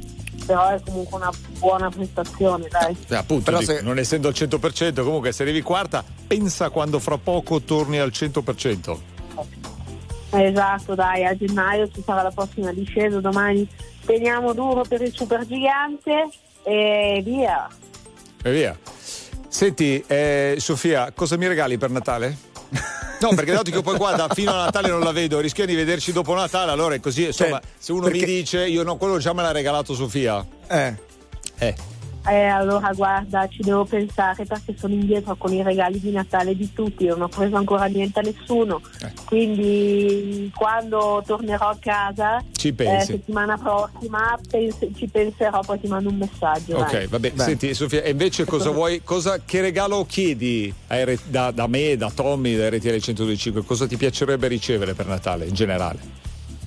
però è comunque una buona prestazione, dai.
Eh, appunto,
Però
dico,
se-
non essendo al cento per cento, comunque se arrivi quarta, pensa quando fra poco torni al cento per cento.
Esatto, dai, a gennaio ci sarà la prossima discesa, domani teniamo duro per il Supergigante e via.
E via. Senti, eh, Sofia, cosa mi regali per Natale? No, perché dato che poi qua da fino a Natale non la vedo, rischiamo di vederci dopo Natale, allora è così, insomma,
Cioè,
se uno
perché-
mi dice io no, quello già me l'ha regalato Sofia.
Eh.
Eh.
Eh, allora guarda, ci devo pensare perché sono indietro con i regali di Natale di tutti, non ho preso ancora niente a nessuno,
Eh.
quindi quando tornerò a casa
Ci
eh,
pensi.
settimana prossima pens- ci penserò, poi ti mando un messaggio.
Ok,
dai.
vabbè. Senti, Sofia, e invece cosa vuoi? Cosa, che regalo chiedi a R- da, da me, da Tommy, da R T L centodue e cinque? Cosa ti piacerebbe ricevere per Natale in generale?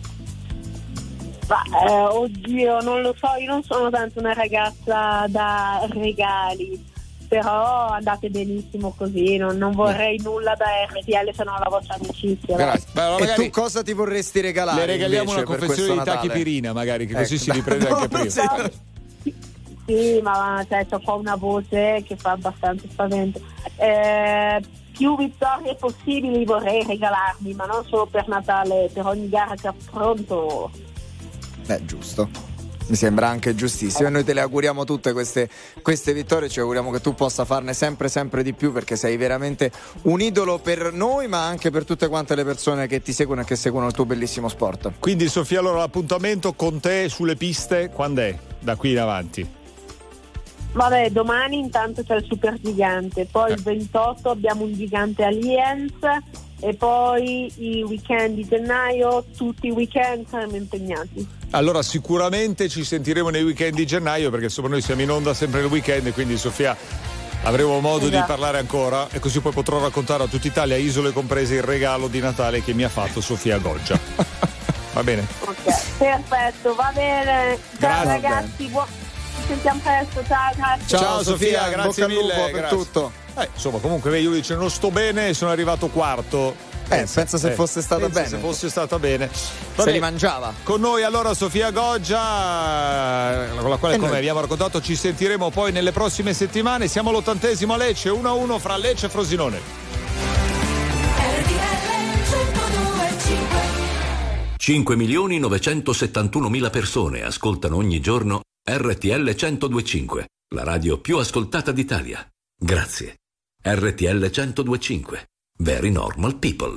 Ma, eh, oddio, non lo so, io non sono tanto una ragazza da regali, però andate benissimo così, non, non vorrei nulla da R T L se no la vostra amicizia. dai.
Grazie. Beh, allora
E
magari
tu cosa ti vorresti regalare?
le regaliamo
invece
una
per
confezione di
questo
tacchi
Natale?
pirina, magari, che così
Ecco.
si riprende
No,
anche
non
prima.
si-
Sì, ma cioè, ho qua una voce che fa abbastanza spavento. Eh, più vittorie possibili vorrei regalarmi, ma non solo per Natale, per ogni gara che affronto.
Beh, giusto. Mi sembra anche giustissimo e noi te le auguriamo tutte queste, queste vittorie, ci auguriamo che tu possa farne sempre sempre di più perché sei veramente un idolo per noi ma anche per tutte quante le persone che ti seguono e che seguono il tuo bellissimo sport.
Quindi Sofia, allora l'appuntamento con te sulle piste quando è? Da qui in avanti?
Vabbè, domani intanto c'è il Supergigante, poi il ventotto abbiamo un gigante Allianz e poi i weekend di gennaio, tutti i weekend saremo impegnati.
Allora sicuramente ci sentiremo nei weekend di gennaio perché insomma noi siamo in onda sempre il weekend e quindi Sofia avremo modo di
Esatto.
parlare ancora e così poi potrò raccontare a tutta Italia, isole comprese, il regalo di Natale che mi ha fatto Sofia Goggia. Va bene?
Ok, perfetto, va bene. Ciao
Grazie.
ragazzi, buon... ci sentiamo presto, ciao, grazie.
Ciao,
Ciao,
Sofia,
Sofia, in
grazie
bocca al
mille
lupo per
grazie.
tutto.
Eh, insomma comunque io dice non sto bene e sono arrivato quarto.
Eh, pensa se fosse stata
pensa
bene.
se fosse stata bene.
Se
Vabbè,
li mangiava.
con noi allora Sofia Goggia, con la quale
E
come
noi?
abbiamo raccontato ci sentiremo poi nelle prossime settimane. Siamo all'ottantesimo a Lecce, uno a uno fra Lecce e Frosinone.
R T L centodue e cinque.
cinque milioni novecentosettantunomila persone ascoltano ogni giorno R T L centodue e cinque, la radio più ascoltata d'Italia. Grazie. R T L centodue e cinque. Very normal people.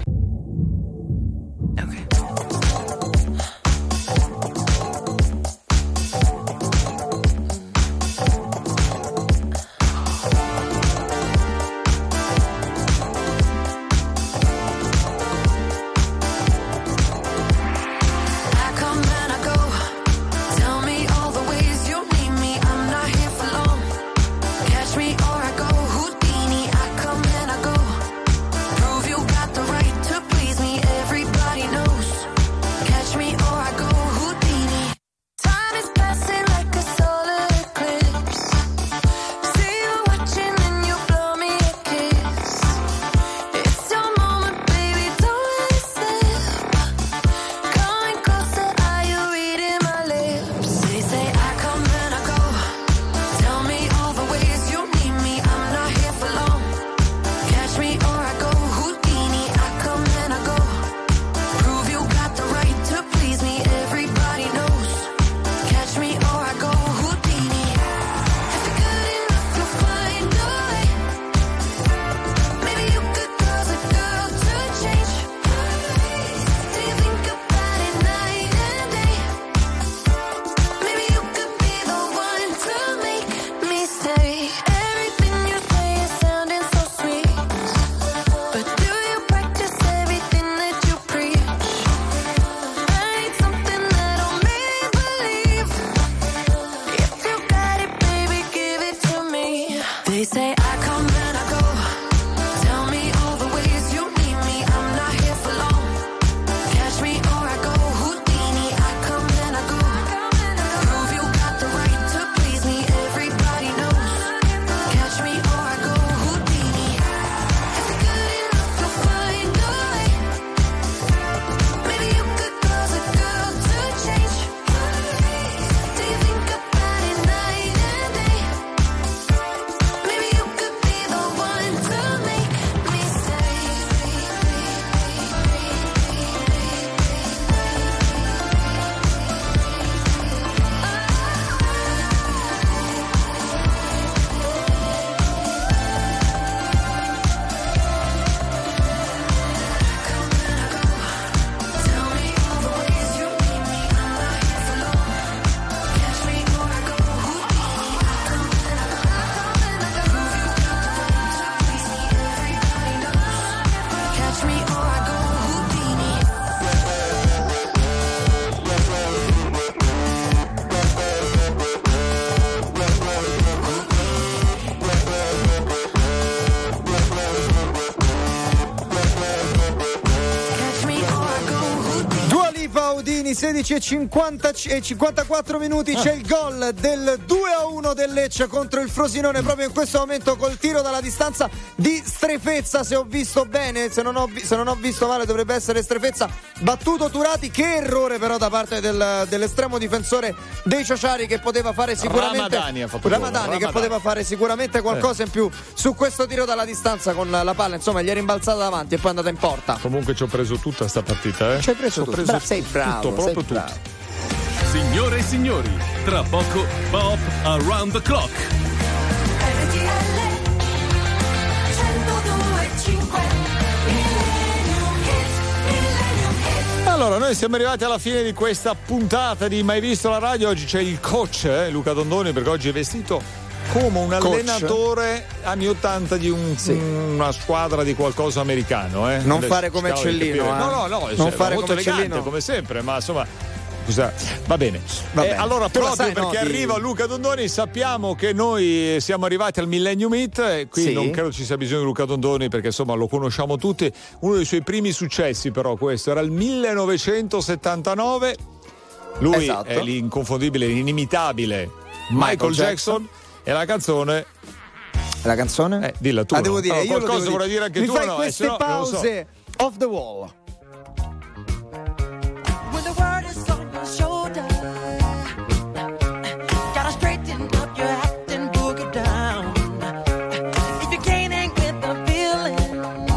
I come and I go. Tell me all the ways you need me. I'm not here for long. Catch me or I go Houdini. I come and I go. Prove you got the right to please me. Everybody knows
Paudini, sedici e cinquantaquattro minuti, c'è il gol del due a uno del Lecce contro il Frosinone proprio in questo momento col tiro dalla distanza di Strefezza, se ho visto bene, se non ho, se non ho visto male dovrebbe essere Strefezza, battuto Turati. Che errore però da parte del, dell'estremo difensore dei Ciociari, che poteva fare sicuramente
Ramadani, ha fatto
Ramadani,
Ramadani
che poteva fare sicuramente qualcosa in più su questo tiro dalla distanza con la palla, insomma gli è rimbalzata davanti e poi è andata in porta.
Comunque ci ho preso tutta sta partita, eh.
Ci hai preso
Ci ho
tutto.
preso
Bra- sei bravo,
tutto, proprio
sei
tutto.
bravo.
Signore e signori, tra poco Pop Around the Clock.
Allora, noi siamo arrivati alla fine di questa puntata di Mai Visto la Radio. Oggi c'è il coach, eh, Luca Dondoni, perché oggi è vestito come un
Coach.
allenatore anni ottanta di un,
Sì.
una squadra di qualcosa americano. Eh.
Non
Adesso
fare come
cercavo di
Cellino,
capire.
eh.
No, no, no,
Non
cioè,
fare
molto
come
elegante,
Cellino.
come sempre, ma insomma... Scusa, va bene.
Va
Eh,
bene.
allora,
Tu lo
proprio
sai,
perché
no, di-
arriva Luca Dondoni, sappiamo che noi siamo arrivati al Millennium Hit, e qui
Sì.
non credo ci sia bisogno di Luca Dondoni perché insomma lo conosciamo tutti. Uno dei suoi primi successi, però, questo era il millenovecentosettantanove. Lui
Esatto.
è l'inconfondibile, l'inimitabile Michael,
Michael
Jackson.
Jackson.
E la canzone.
La canzone?
Eh, dilla tu.
La
no?
devo dire,
No,
io lo
qualcosa
devo
vorrei dire anche
Mi
tu,
fai
no? Eh,
queste
se no, non lo so.
pause off the wall.
When the world is on your shoulder, gotta straighten up your act and boogie down. If you can't hang with the feeling,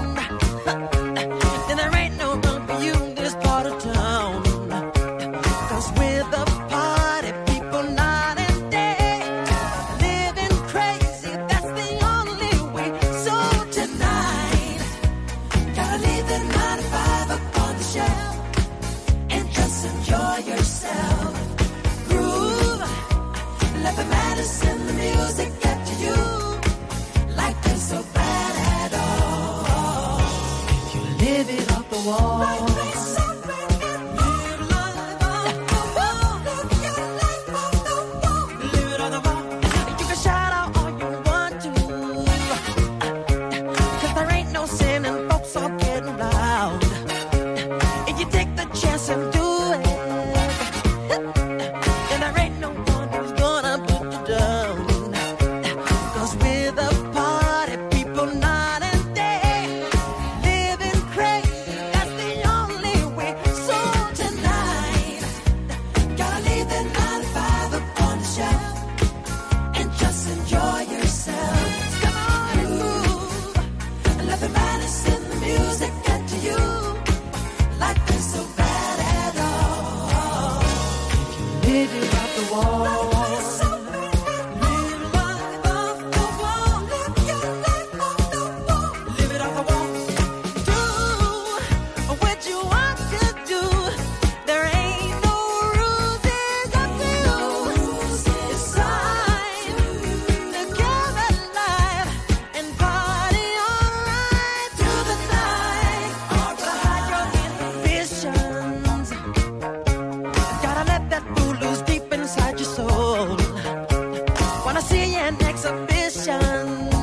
then there ain't no room for you in this part of town. 'Cause we're the party people night and day, living crazy, that's the only way. So tonight, gotta leave the nine to five up on the shelf and just enjoy yourself. Groove, let the medicine, the music get to you. Life ain't so bad at all. You live it off the wall. Life ain't so bad at all. Live life off the wall. Live your life off the wall. Live it off the wall. You can shout out all you want to, 'cause there ain't no sin and folks are getting loud. If you take the chance and do it, then there ain't no one who's gonna put you down. 'Cause we're the party people night and day, living crazy, that's the only way. So tonight, gotta leave the nine to five up on the shelf and just enjoy yourself. Come on and move, and let the madness in the music get to you. Life ain't so bad at all. Live it off the wall. Life ain't so bad at all. Live life off the wall. Live your life off the wall. Live it off the wall. Do what you want to do. There ain't no rules, it's up to you. It's time to come alive and party alright through the night. Hide your inhibitions. Gotta let that fool loose deep inside your soul. Wanna see an exhibition?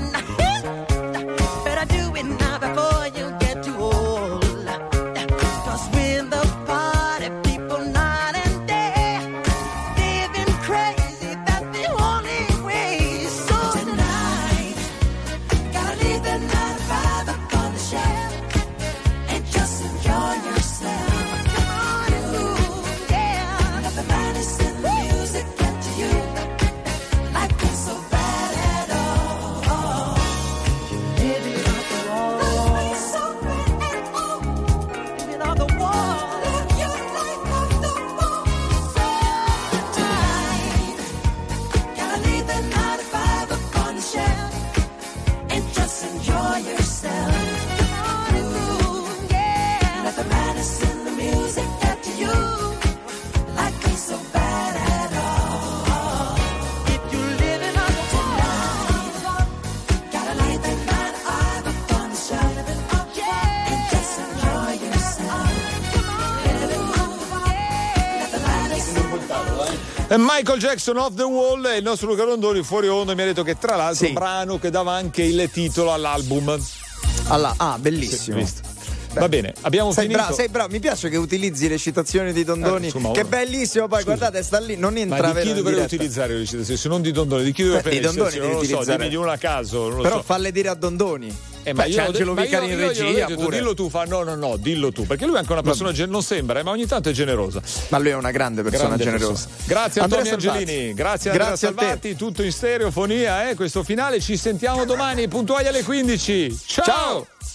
Better do it now before you get too old. 'Cause we're the party people night and day, living crazy, that's the only way. So tonight, gotta leave the nine to five up on the shelf and just enjoy yourself. Come on and move, yeah. Let the madness in the music get to you. Life ain't so bad at all. Live it off the wall. Life ain't so bad at all. Live it off the wall. Live your life off the wall. So tonight, gotta leave the nine to five up on the shelf and just enjoy yourself. Come on and move, yeah. Let the madness in the music get to you. Life ain't so bad at all. If you live it on the wall, gotta leave the nine to five up on the shelf and just enjoy yourself. Come on and move, yeah. Let the madness in the
E Michael Jackson off the wall, e il nostro Luca Dondoni fuori onda mi ha detto che tra l'altro
Sì.
brano che dava anche il titolo all'album.
Alla, ah, bellissimo.
Sì, visto. Va bene, abbiamo
sei
finito.
Bravo, sei bravo, mi piace che utilizzi le citazioni di Dondoni,
eh, insomma,
che
ora.
bellissimo, poi
Scusa.
guardate, sta lì, non
Ma
entra
di chi dovrei utilizzare le citazioni? Se non di Dondoni, di chi dovrei
Beh, di
prendere?
Dondoni
Non
devi
lo so,
utilizzare.
dimmi di uno a caso. Non lo
Però
so.
falle dire a Dondoni.
Eh, ma
Beh,
io
c'è
l'ho
Angelo
de- ma
Vicari
io-
in
io gliel'ho
regia
detto,
pure.
dillo tu, fa no no no, dillo tu, perché lui è anche una persona gen- non sembra, eh, ma ogni tanto è generosa.
Ma lui è una grande persona
Grande
generosa.
persona. Grazie a
Andrea
Tommy
Salvati.
Angelini, grazie a Andrea
Grazie a te.
Salvati, tutto in stereofonia, eh, questo finale. Ci sentiamo domani puntuali alle quindici. Ciao!
Ciao!